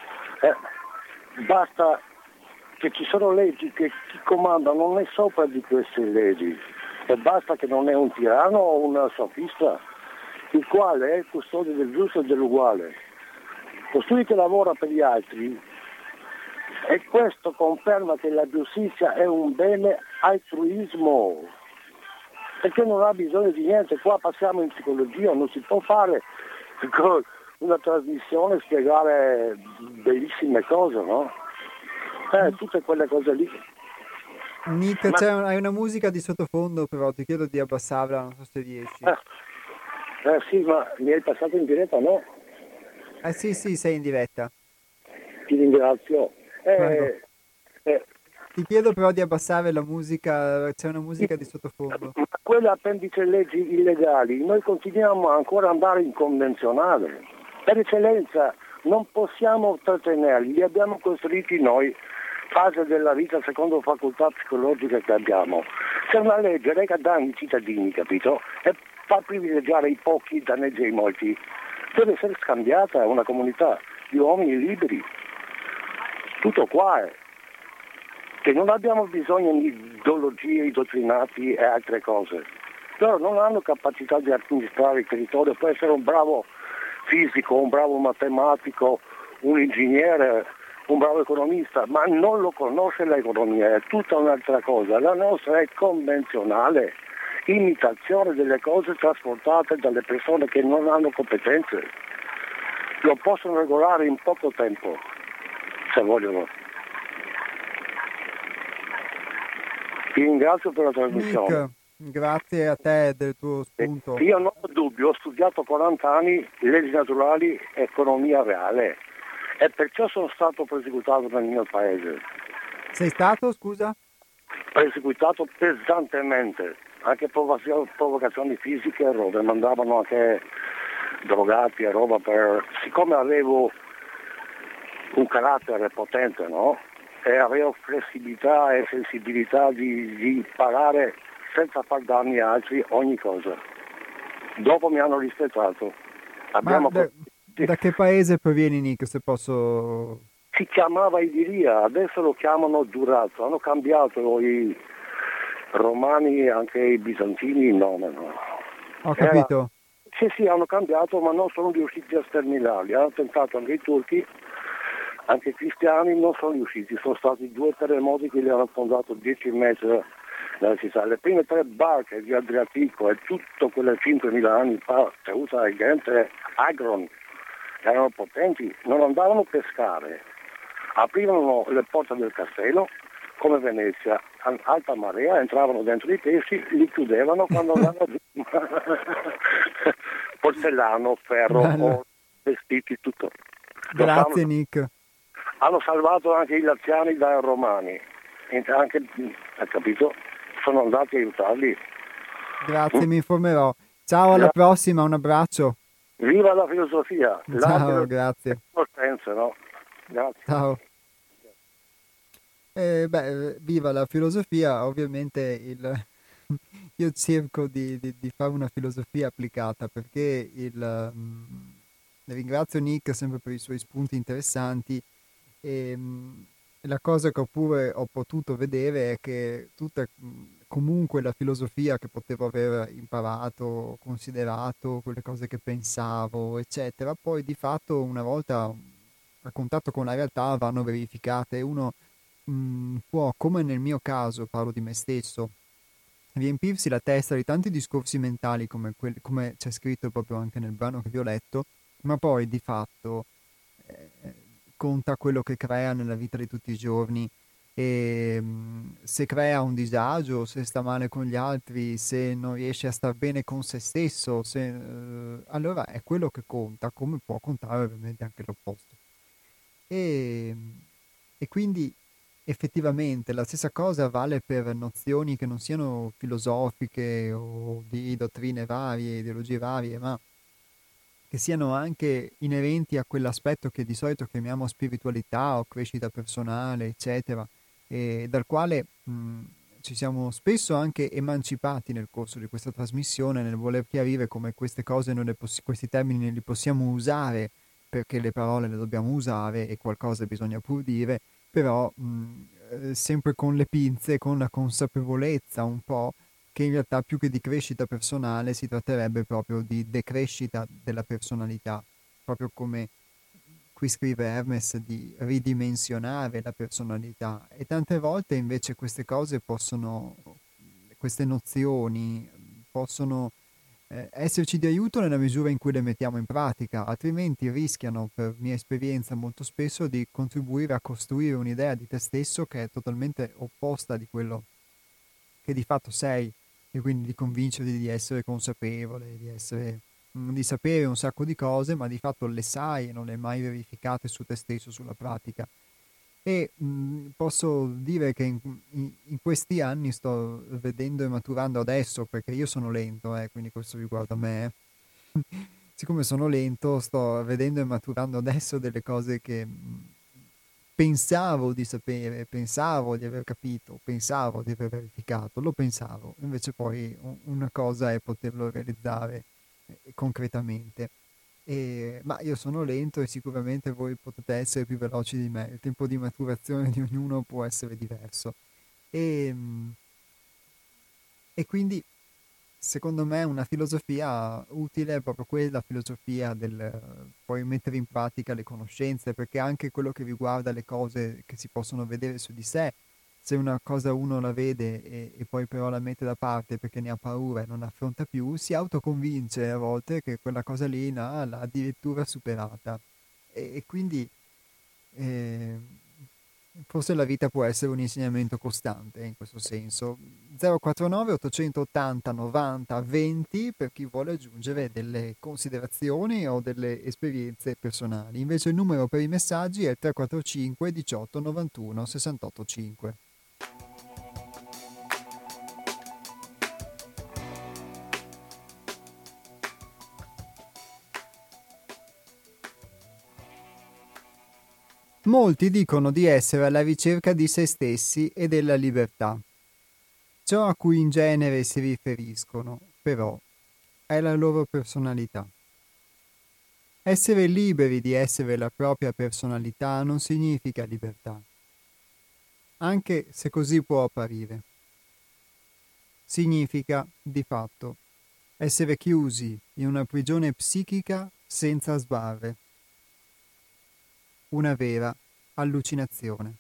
basta che ci sono leggi che chi comanda non è sopra di queste leggi e basta che non è un tiranno o un sofista, il quale è il custode del giusto e dell'uguale. Costui che lavora per gli altri, e questo conferma che la giustizia è un bene altruismo, perché non ha bisogno di niente. Qua passiamo in psicologia, non si può fare con una trasmissione spiegare bellissime cose, no? Tutte quelle cose lì. Nick, hai una musica di sottofondo, però ti chiedo di abbassarla, non so se riesci. Sì, ma mi hai passato in diretta, no? Sì, sei in diretta. Ti ringrazio. Prego. Ti chiedo però di abbassare la musica, c'è una musica di sottofondo. Ma quelle appendice leggi illegali, noi continuiamo ancora ad andare in convenzionale. Per eccellenza non possiamo trattenerli, li abbiamo costruiti noi, fase della vita secondo facoltà psicologiche che abbiamo. C'è una legge che danno i cittadini, capito? E fa privilegiare i pochi, danneggia i molti. Deve essere scambiata una comunità di uomini liberi. Tutto qua è. che non abbiamo bisogno di ideologie, dottrinati e altre cose. Loro non hanno capacità di amministrare il territorio, può essere un bravo fisico, un bravo matematico, un ingegnere, un bravo economista, ma non lo conosce l'economia, è tutta un'altra cosa. La nostra è convenzionale, imitazione delle cose trasportate dalle persone che non hanno competenze. Lo possono regolare in poco tempo, se vogliono. Ti ringrazio per la trasmissione. Nick, grazie a te del tuo spunto. Io non ho dubbio, ho studiato 40 anni leggi naturali e economia reale e perciò sono stato perseguitato nel mio paese. Sei stato, scusa? Perseguitato pesantemente, anche provocazioni fisiche e robe, mandavano anche drogati e roba siccome avevo un carattere potente, no? E avevo flessibilità e sensibilità di imparare senza far danni a altri ogni cosa. Dopo mi hanno rispettato. Ma da che paese provieni, Nick, se posso... Si chiamava Idiria, adesso lo chiamano Durazzo, hanno cambiato i romani e anche i bizantini il nome. No? Ho capito. Sì, hanno cambiato, ma non sono riusciti a sterminarli. Hanno tentato anche i turchi, anche i cristiani non sono riusciti. Sono stati 2 terremoti che li hanno affondato 10 metri nella città. Le prime 3 barche di Adriatico e tutto quelle 5.000 anni fa, Ceuta e Gente, Agron, erano potenti, non andavano a pescare. Aprivano le porte del castello, come Venezia, a alta marea, entravano dentro i pesci, li chiudevano quando andavano giù. Porcellano, ferro, oro, vestiti, tutto. Grazie Nick. Hanno salvato anche i laziani dai romani, anche, hai capito? Sono andati a aiutarli. Grazie, mi informerò. Ciao, alla prossima, un abbraccio. Viva la filosofia. Ciao, grazie. No? Grazie. Ciao. Viva la filosofia, ovviamente io cerco di fare una filosofia applicata perché ringrazio Nick sempre per i suoi spunti interessanti e la cosa che ho potuto vedere è che comunque la filosofia che potevo aver imparato, considerato, quelle cose che pensavo, eccetera, poi di fatto una volta a contatto con la realtà vanno verificate. Uno può, come nel mio caso, parlo di me stesso, riempirsi la testa di tanti discorsi mentali come c'è scritto proprio anche nel brano che vi ho letto, ma poi di fatto conta quello che crea nella vita di tutti i giorni e se crea un disagio, se sta male con gli altri, se non riesce a star bene con se stesso, allora è quello che conta, come può contare ovviamente anche l'opposto. E, e quindi effettivamente la stessa cosa vale per nozioni che non siano filosofiche o di dottrine varie, ideologie varie, ma che siano anche inerenti a quell'aspetto che di solito chiamiamo spiritualità o crescita personale, eccetera, e dal quale ci siamo spesso anche emancipati nel corso di questa trasmissione, nel voler chiarire come queste cose, questi termini non li possiamo usare perché le parole le dobbiamo usare e qualcosa bisogna pur dire, però sempre con le pinze, con la consapevolezza un po' che in realtà più che di crescita personale si tratterebbe proprio di decrescita della personalità, proprio come qui scrive Hermes di ridimensionare la personalità e tante volte invece queste nozioni possono esserci di aiuto nella misura in cui le mettiamo in pratica, altrimenti rischiano, per mia esperienza molto spesso, di contribuire a costruire un'idea di te stesso che è totalmente opposta di quello che di fatto sei e quindi di convincerti di essere consapevole, di sapere un sacco di cose, ma di fatto le sai e non le hai mai verificate su te stesso, sulla pratica. E posso dire che in questi anni sto vedendo e maturando adesso, perché io sono lento, quindi questo riguarda me. Siccome sono lento, sto vedendo e maturando adesso delle cose che pensavo di sapere, pensavo di aver capito, pensavo di aver verificato, lo pensavo, invece poi una cosa è poterlo realizzare concretamente. Ma io sono lento e sicuramente voi potete essere più veloci di me, il tempo di maturazione di ognuno può essere diverso. E, e quindi secondo me una filosofia utile è proprio quella filosofia del poi mettere in pratica le conoscenze, perché anche quello che riguarda le cose che si possono vedere su di sé, se una cosa uno la vede e poi però la mette da parte perché ne ha paura e non affronta più, si autoconvince a volte che quella cosa lì l'ha addirittura superata. E quindi eh, forse la vita può essere un insegnamento costante in questo senso. 049 880 90 20 per chi vuole aggiungere delle considerazioni o delle esperienze personali. Invece il numero per i messaggi è il 345 18 91 68 5. Molti dicono di essere alla ricerca di se stessi e della libertà. Ciò a cui in genere si riferiscono, però, è la loro personalità. Essere liberi di essere la propria personalità non significa libertà, anche se così può apparire. Significa, di fatto, essere chiusi in una prigione psichica senza sbarre, una vera allucinazione.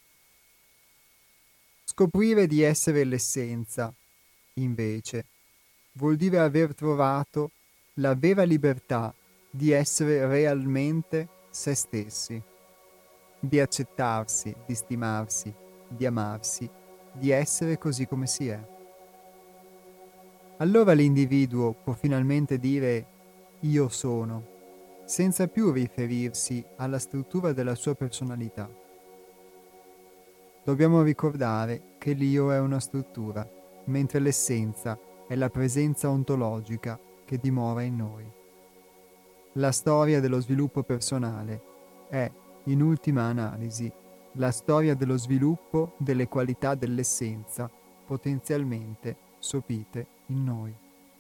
Scoprire di essere l'essenza, invece, vuol dire aver trovato la vera libertà di essere realmente se stessi, di accettarsi, di stimarsi, di amarsi, di essere così come si è. Allora l'individuo può finalmente dire io sono, senza più riferirsi alla struttura della sua personalità. Dobbiamo ricordare che l'io è una struttura, mentre l'essenza è la presenza ontologica che dimora in noi. La storia dello sviluppo personale è, in ultima analisi, la storia dello sviluppo delle qualità dell'essenza potenzialmente sopite in noi.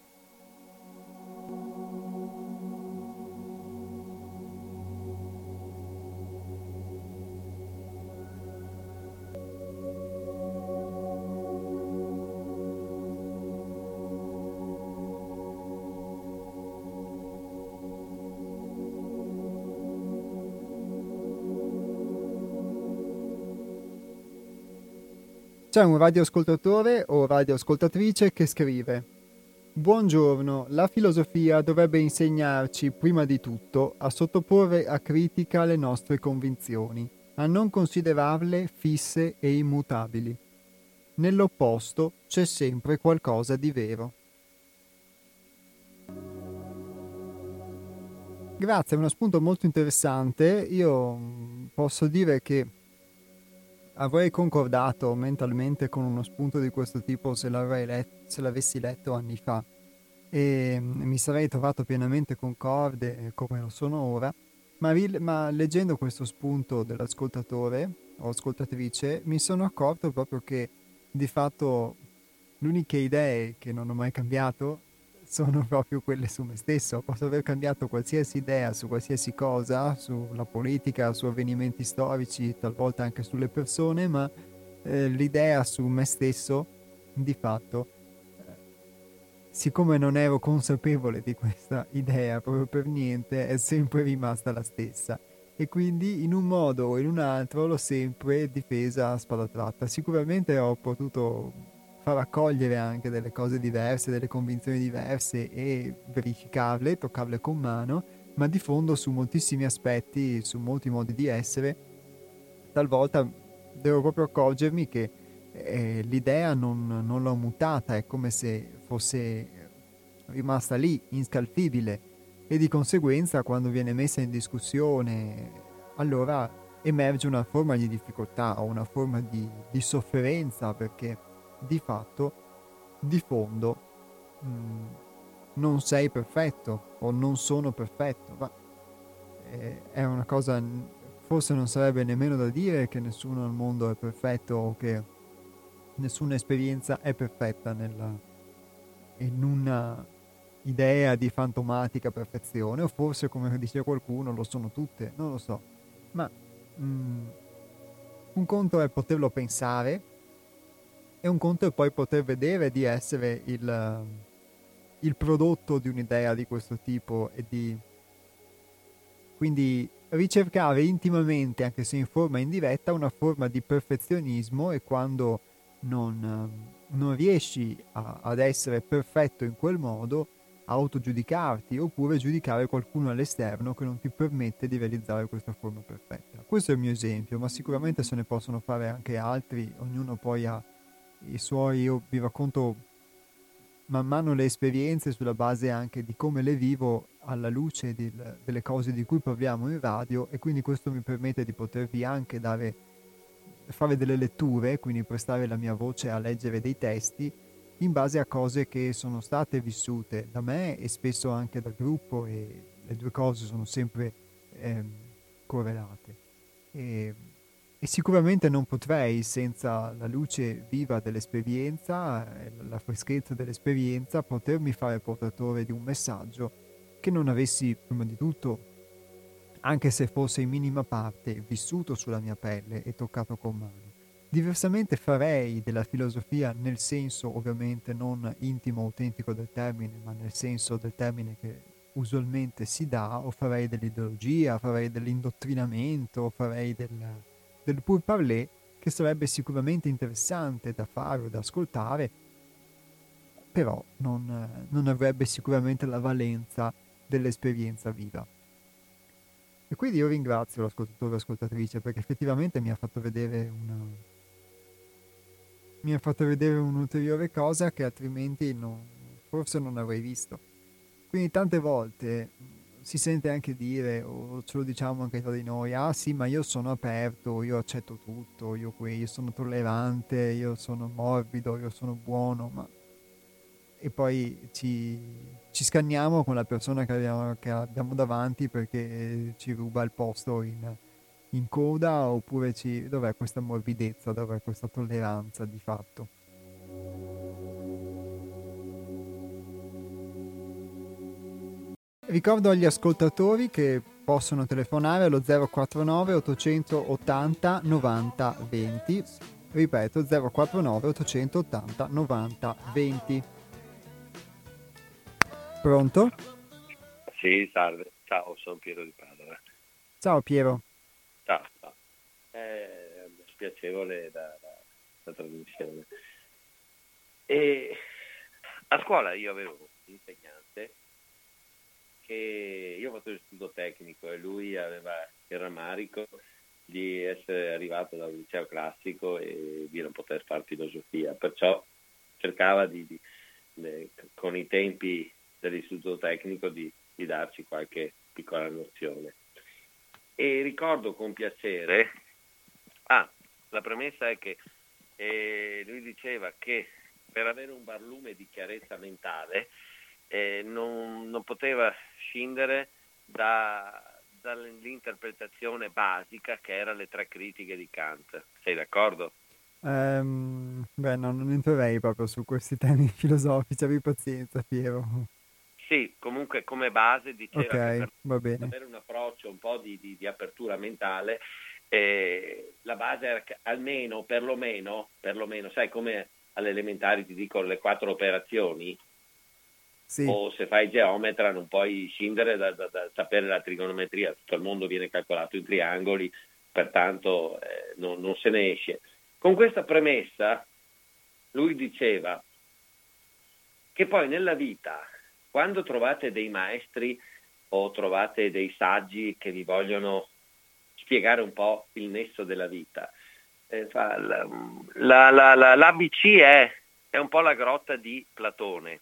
C'è un radioascoltatore o radioascoltatrice che scrive: Buongiorno, la filosofia dovrebbe insegnarci prima di tutto a sottoporre a critica le nostre convinzioni, a non considerarle fisse e immutabili. Nell'opposto c'è sempre qualcosa di vero. Grazie, è uno spunto molto interessante. Io posso dire che avrei concordato mentalmente con uno spunto di questo tipo se l'avessi letto anni fa e mi sarei trovato pienamente concorde come lo sono ora, ma leggendo questo spunto dell'ascoltatore o ascoltatrice mi sono accorto proprio che di fatto le uniche idee che non ho mai cambiato sono proprio quelle su me stesso. Posso aver cambiato qualsiasi idea su qualsiasi cosa, sulla politica, su avvenimenti storici, talvolta anche sulle persone, ma l'idea su me stesso, di fatto, siccome non ero consapevole di questa idea proprio per niente, è sempre rimasta la stessa. E quindi in un modo o in un altro l'ho sempre difesa a spada tratta. Sicuramente ho potuto far accogliere anche delle cose diverse, delle convinzioni diverse e verificarle, toccarle con mano, ma di fondo su moltissimi aspetti, su molti modi di essere, talvolta devo proprio accorgermi che l'idea non l'ho mutata, è come se fosse rimasta lì, inscalfibile, e di conseguenza quando viene messa in discussione, allora emerge una forma di difficoltà o una forma di sofferenza, perché di fatto, di fondo, non sei perfetto o non sono perfetto, ma è una cosa, forse non sarebbe nemmeno da dire che nessuno al mondo è perfetto o che nessuna esperienza è perfetta in una idea di fantomatica perfezione, o forse, come dice qualcuno, lo sono tutte, non lo so. Ma mm, un conto è poterlo pensare e un conto è poi poter vedere di essere il prodotto di un'idea di questo tipo e di quindi ricercare intimamente, anche se in forma indiretta, una forma di perfezionismo e quando non riesci ad essere perfetto in quel modo, autogiudicarti oppure giudicare qualcuno all'esterno che non ti permette di realizzare questa forma perfetta. Questo è il mio esempio, ma sicuramente se ne possono fare anche altri, ognuno poi ha i suoi, io vi racconto man mano le esperienze sulla base anche di come le vivo alla luce delle cose di cui parliamo in radio e quindi questo mi permette di potervi anche fare delle letture, quindi prestare la mia voce a leggere dei testi in base a cose che sono state vissute da me e spesso anche dal gruppo e le due cose sono sempre ehm, correlate. E, e sicuramente non potrei, senza la luce viva dell'esperienza, la freschezza dell'esperienza, potermi fare portatore di un messaggio che non avessi, prima di tutto, anche se fosse in minima parte, vissuto sulla mia pelle e toccato con mano. Diversamente farei della filosofia nel senso ovviamente non intimo autentico del termine, ma nel senso del termine che usualmente si dà, o farei dell'ideologia, farei dell'indottrinamento, farei del pourparlers, che sarebbe sicuramente interessante da fare o da ascoltare, però non avrebbe sicuramente la valenza dell'esperienza viva. E quindi io ringrazio l'ascoltatore o l'ascoltatrice perché effettivamente mi ha fatto vedere un'ulteriore cosa che altrimenti forse non avrei visto. Quindi tante volte si sente anche dire, o ce lo diciamo anche tra di noi, ah sì, ma io sono aperto, io accetto tutto, io sono tollerante, io sono morbido, io sono buono, ma e poi ci scanniamo con la persona che abbiamo davanti perché ci ruba il posto in coda oppure dov'è questa morbidezza, dov'è questa tolleranza di fatto. Ricordo agli ascoltatori che possono telefonare allo 049 880 90 20. Ripeto, 049 880 90 20. Pronto? Sì, salve. Ciao, sono Piero di Padova. Ciao Piero. Ciao, ciao. È spiacevole la trasmissione. E a scuola io avevo un insegnante che io ho fatto l'istituto tecnico e lui aveva il rammarico di essere arrivato dal liceo classico e di non poter fare filosofia, perciò cercava con i tempi dell'istituto tecnico di darci qualche piccola nozione. E ricordo con piacere, la premessa è che lui diceva che per avere un barlume di chiarezza mentale non poteva scindere dall'interpretazione basica che era le tre critiche di Kant. Sei d'accordo? Beh, no, non entrerei proprio su questi temi filosofici, abbi pazienza, Piero. Sì, comunque come base diceva che Ok, per va bene. avere un approccio un po' di apertura mentale, la base era che almeno, perlomeno, sai come alle elementari ti dicono le 4 operazioni? Sì. O se fai geometra non puoi scindere da sapere la trigonometria, tutto il mondo viene calcolato in triangoli, pertanto non se ne esce. Con questa premessa lui diceva che poi nella vita, quando trovate dei maestri o trovate dei saggi che vi vogliono spiegare un po' il nesso della vita, l'ABC è un po' la grotta di Platone.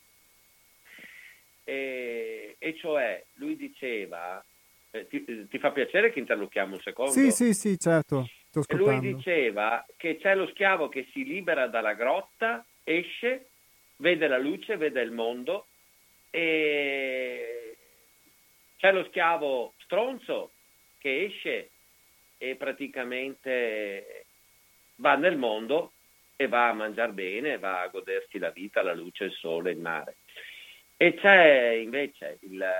E cioè lui diceva, ti fa piacere che interlochiamo un secondo? Sì, certo, sto E lui ascoltando. diceva che c'è lo schiavo che si libera dalla grotta, esce, vede la luce, vede il mondo, e c'è lo schiavo stronzo che esce e praticamente va nel mondo e va a mangiare bene, va a godersi la vita, la luce, il sole, il mare. E c'è invece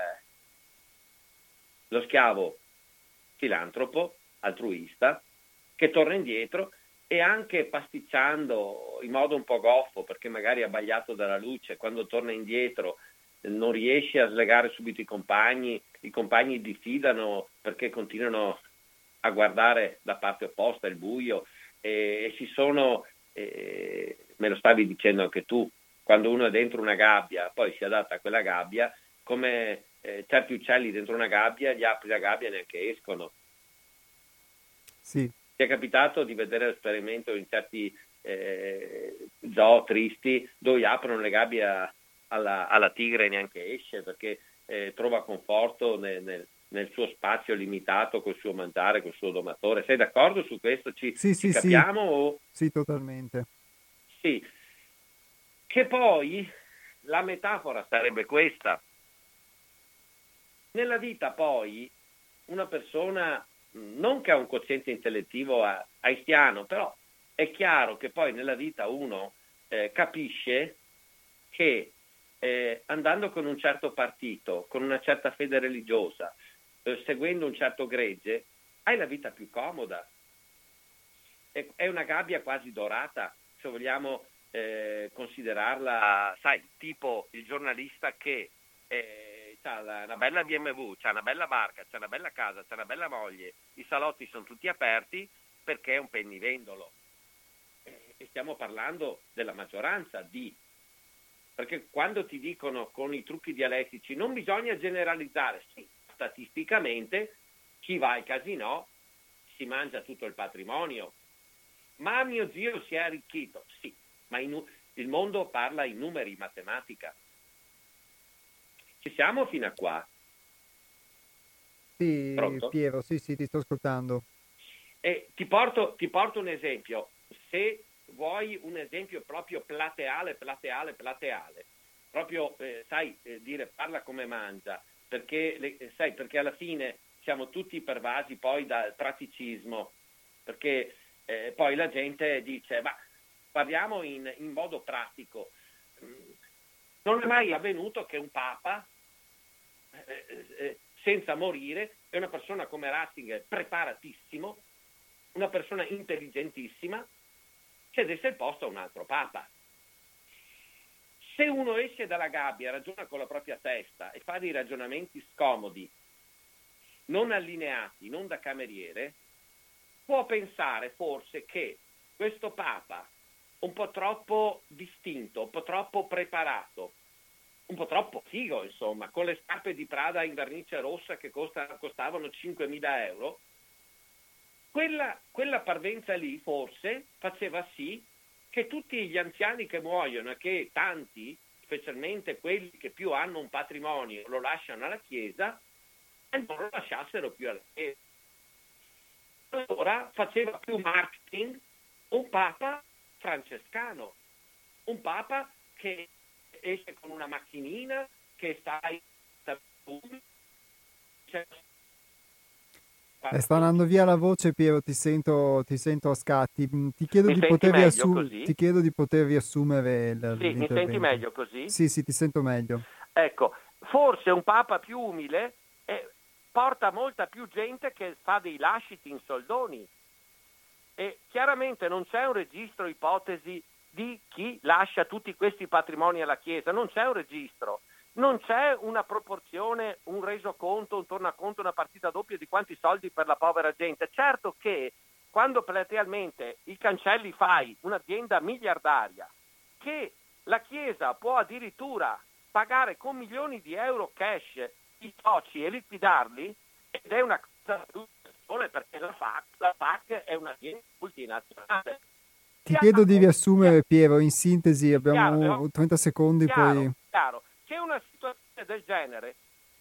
lo schiavo filantropo, altruista, che torna indietro e anche pasticciando in modo un po' goffo, perché magari ha sbagliato dalla luce, quando torna indietro non riesce a slegare subito i compagni diffidano perché continuano a guardare da parte opposta il buio e si sono, me lo stavi dicendo anche tu, quando uno è dentro una gabbia, poi si adatta a quella gabbia, come certi uccelli dentro una gabbia, gli apri la gabbia e neanche escono. Sì. Ti è capitato di vedere l'esperimento in certi zoo tristi dove aprono le gabbie alla tigre e neanche esce perché trova conforto nel suo spazio limitato col suo mangiare, col suo domatore. Sei d'accordo su questo? Ci capiamo? Sì, totalmente. Sì. Che poi la metafora sarebbe questa. Nella vita poi una persona non che ha un quoziente intellettivo einsteiniano, però è chiaro che poi nella vita uno capisce che andando con un certo partito, con una certa fede religiosa, seguendo un certo gregge, hai la vita più comoda. È una gabbia quasi dorata, se vogliamo considerarla, sai, tipo il giornalista che c'ha una bella BMW, c'ha una bella barca, c'ha una bella casa, c'ha una bella moglie, i salotti sono tutti aperti perché è un pennivendolo. E stiamo parlando della maggioranza perché quando ti dicono con i trucchi dialettici non bisogna generalizzare, sì, statisticamente chi va ai casinò si mangia tutto il patrimonio, ma mio zio si è arricchito, sì, ma il mondo parla in numeri, matematica. Ci siamo fino a qua? Sì, Pronto? Piero, sì, ti sto ascoltando. E ti porto un esempio. Se vuoi un esempio proprio plateale, proprio, dire parla come mangia, perché, perché alla fine siamo tutti pervasi poi dal praticismo, perché poi la gente dice, ma parliamo in modo pratico. Non è mai avvenuto che un papa senza morire è una persona come Ratzinger, preparatissimo, una persona intelligentissima, cedesse il posto a un altro papa. Se uno esce dalla gabbia, ragiona con la propria testa e fa dei ragionamenti scomodi, non allineati, non da cameriere, può pensare forse che questo papa un po' troppo distinto, un po' troppo preparato, un po' troppo figo, insomma, con le scarpe di Prada in vernice rossa che costavano 5.000 euro, quella parvenza lì forse faceva sì che tutti gli anziani che muoiono e che tanti, specialmente quelli che più hanno un patrimonio, lo lasciano alla Chiesa e non lo lasciassero più alla Chiesa. Allora faceva più marketing un papa francescano, un papa che esce con una macchinina, che sta sta andando via la voce, Piero, ti sento a scatti. Ti chiedo Mi di senti poter meglio così? ti chiedo di poter riassumere Sì, mi l'intervento. senti meglio così? Sì, ti sento meglio. Ecco, forse un papa più umile porta molta più gente che fa dei lasciti in soldoni. E chiaramente non c'è un registro ipotesi di chi lascia tutti questi patrimoni alla Chiesa, non c'è un registro, non c'è una proporzione, un resoconto, un tornaconto, una partita doppia di quanti soldi per la povera gente. Certo che quando platealmente i cancelli fai un'azienda miliardaria, che la Chiesa può addirittura pagare con milioni di euro cash i soci e liquidarli, ed è una cosa perché la FAC è un'azienda multinazionale. Ti chiedo di riassumere, Piero, in sintesi, abbiamo 30 secondi poi. Chiaro, che una situazione del genere,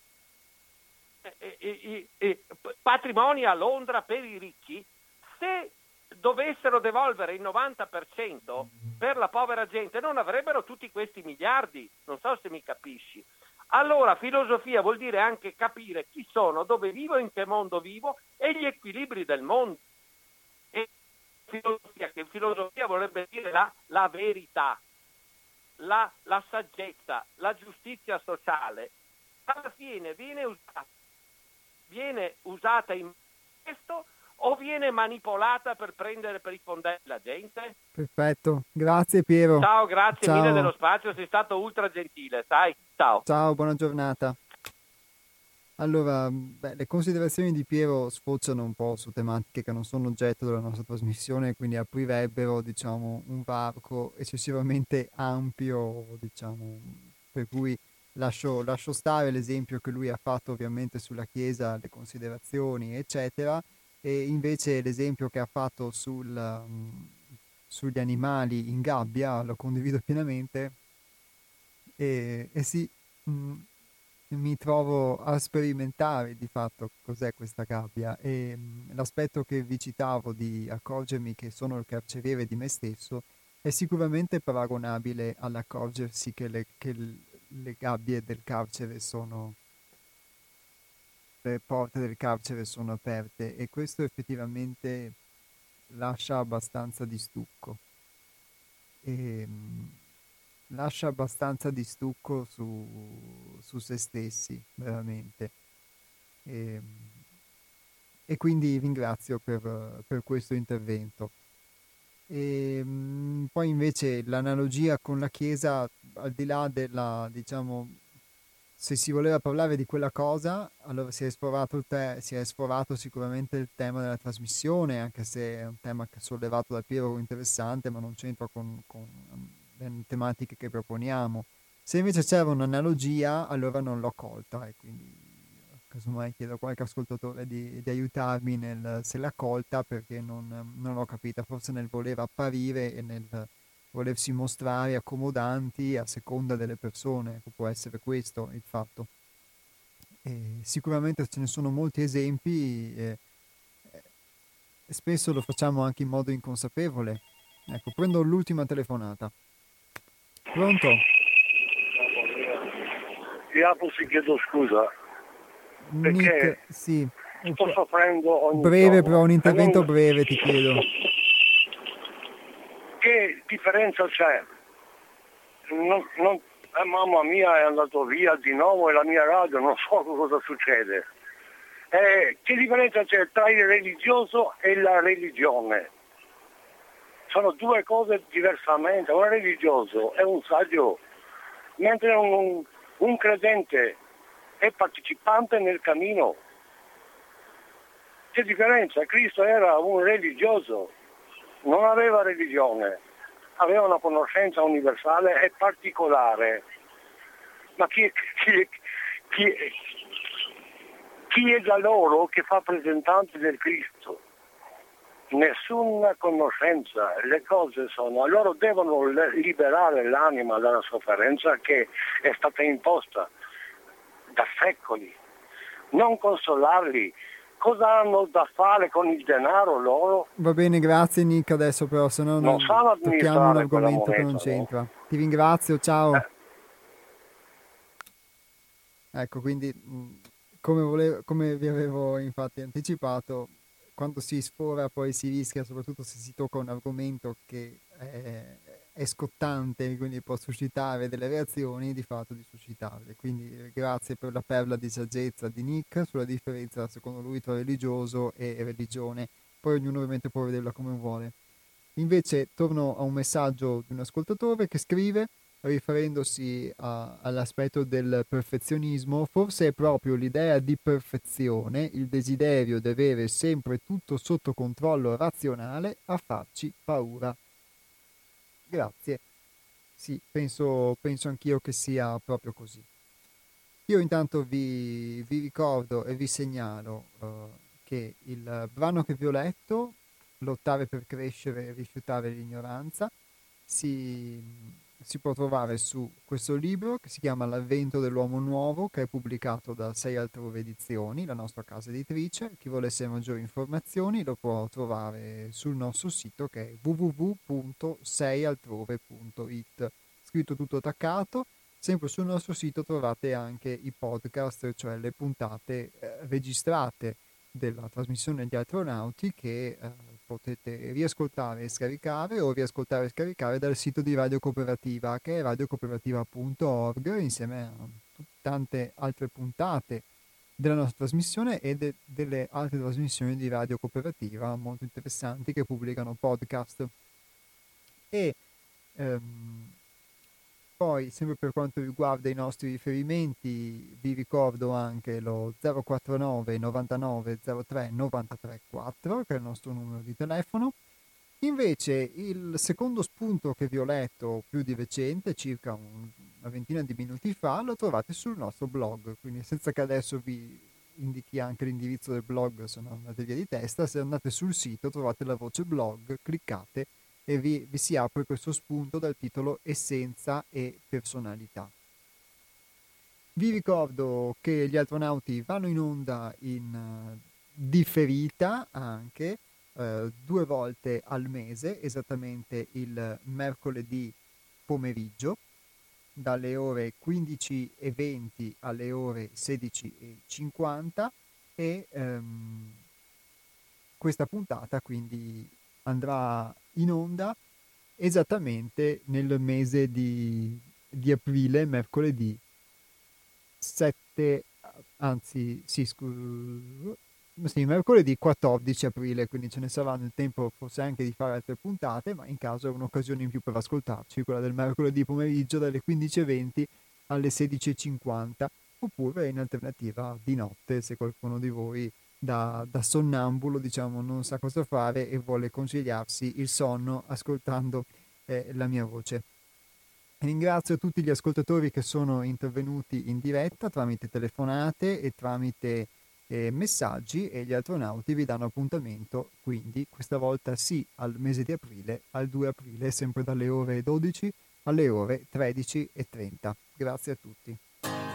patrimoni a Londra per i ricchi, se dovessero devolvere il 90% per la povera gente, non avrebbero tutti questi miliardi. Non so se mi capisci. Allora, filosofia vuol dire anche capire chi sono, dove vivo, in che mondo vivo e gli equilibri del mondo. E filosofia vorrebbe dire la verità. la saggezza, la giustizia sociale, alla fine viene usata in questo o viene manipolata per prendere per i fondelli la gente? Perfetto, grazie Piero. Ciao, grazie Ciao. mille dello spazio, sei stato ultra gentile, sai? Ciao. Ciao, buona giornata. Allora, le considerazioni di Piero sfociano un po' su tematiche che non sono oggetto della nostra trasmissione, quindi aprirebbero, diciamo, un varco eccessivamente ampio, diciamo, per cui lascio stare l'esempio che lui ha fatto ovviamente sulla Chiesa, le considerazioni, eccetera, e invece l'esempio che ha fatto sugli animali in gabbia lo condivido pienamente e sì. Mi trovo a sperimentare di fatto cos'è questa gabbia e l'aspetto che vi citavo di accorgermi che sono il carceriere di me stesso è sicuramente paragonabile all'accorgersi che le gabbie del carcere sono, le porte del carcere sono aperte e questo effettivamente lascia abbastanza di stucco. E, lascia abbastanza di stucco su se stessi, veramente. E quindi ringrazio per questo intervento. Poi invece l'analogia con la Chiesa, al di là della, diciamo, se si voleva parlare di quella cosa, allora si è esplorato sicuramente il tema della trasmissione, anche se è un tema che sollevato da Piero interessante, ma non c'entra con le tematiche che proponiamo. Se invece c'era un'analogia, allora non l'ho colta e quindi casomai chiedo a qualche ascoltatore di aiutarmi se l'ha colta perché non l'ho capita, forse nel voler apparire e nel volersi mostrare accomodanti a seconda delle persone, può essere questo il fatto. E sicuramente ce ne sono molti esempi e spesso lo facciamo anche in modo inconsapevole. Ecco, prendo l'ultima telefonata. Pronto? Iapo, si chiedo scusa. Perché Nick, sì. sto soffrendo ogni Breve, giorno. però un intervento breve ti chiedo. Che differenza c'è? Mamma mia è andato via di nuovo e la mia radio, non so cosa succede. Che differenza c'è tra il religioso e la religione? Sono due cose diversamente. Un religioso è un saggio, mentre un credente è partecipante nel cammino. Che differenza? Cristo era un religioso, non aveva religione, aveva una conoscenza universale e particolare. Ma chi è da loro che fa presentante del Cristo? Nessuna conoscenza, le cose sono, loro devono liberare l'anima dalla sofferenza che è stata imposta da secoli, non consolarli. Cosa hanno da fare con il denaro loro? Va bene, grazie Nick, adesso però se no Non sanno tocchiamo un amministrare quella argomento che moneta, non no? c'entra. Ti ringrazio, ciao. Ecco, quindi come vi avevo infatti anticipato, quando si sfora poi si rischia, soprattutto se si tocca un argomento che è scottante, quindi può suscitare delle reazioni, di fatto di suscitarle. Quindi grazie per la perla di saggezza di Nick sulla differenza, secondo lui, tra religioso e religione. Poi ognuno ovviamente può vederla come vuole. Invece torno a un messaggio di un ascoltatore che scrive, riferendosi all'aspetto del perfezionismo: forse è proprio l'idea di perfezione, il desiderio di avere sempre tutto sotto controllo razionale a farci paura. Grazie. Sì, penso anch'io che sia proprio così. Io intanto vi ricordo e vi segnalo che il brano che vi ho letto, Lottare per crescere e rifiutare l'ignoranza, si può trovare su questo libro che si chiama L'avvento dell'uomo nuovo, che è pubblicato da 6 Altrove Edizioni, la nostra casa editrice. Chi volesse maggiori informazioni lo può trovare sul nostro sito, che è www.seialtrove.it, scritto tutto attaccato. Sempre sul nostro sito trovate anche i podcast, cioè le puntate registrate della trasmissione di Astronauti, che potete riascoltare e scaricare o riascoltare e scaricare dal sito di Radio Cooperativa, che è radiocooperativa.org, insieme a tante altre puntate della nostra trasmissione e delle altre trasmissioni di Radio Cooperativa molto interessanti che pubblicano podcast. E poi, sempre per quanto riguarda i nostri riferimenti, vi ricordo anche lo 049 99 03 93 4, che è il nostro numero di telefono. Invece il secondo spunto che vi ho letto più di recente, circa una ventina di minuti fa, lo trovate sul nostro blog, quindi senza che adesso vi indichi anche l'indirizzo del blog, se no andate via di testa. Se andate sul sito trovate la voce blog, cliccate e vi si apre questo spunto dal titolo Essenza e personalità. Vi ricordo che gli astronauti vanno in onda in differita anche 2 volte al mese, esattamente il mercoledì pomeriggio dalle ore 15:20 alle ore 16:50 e questa puntata quindi andrà in onda esattamente nel mese di aprile, mercoledì 7, anzi mercoledì 14 aprile, quindi ce ne sarà nel tempo forse anche di fare altre puntate, ma in caso è un'occasione in più per ascoltarci, quella del mercoledì pomeriggio dalle 15:20 alle 16:50, oppure in alternativa di notte, se qualcuno di voi da sonnambulo, diciamo, non sa cosa fare e vuole conciliarsi il sonno ascoltando la mia voce. Ringrazio tutti gli ascoltatori che sono intervenuti in diretta tramite telefonate e tramite messaggi, e gli astronauti vi danno appuntamento quindi questa volta sì al mese di aprile, al 2 aprile, sempre dalle ore 12 alle ore 13:30. Grazie a tutti.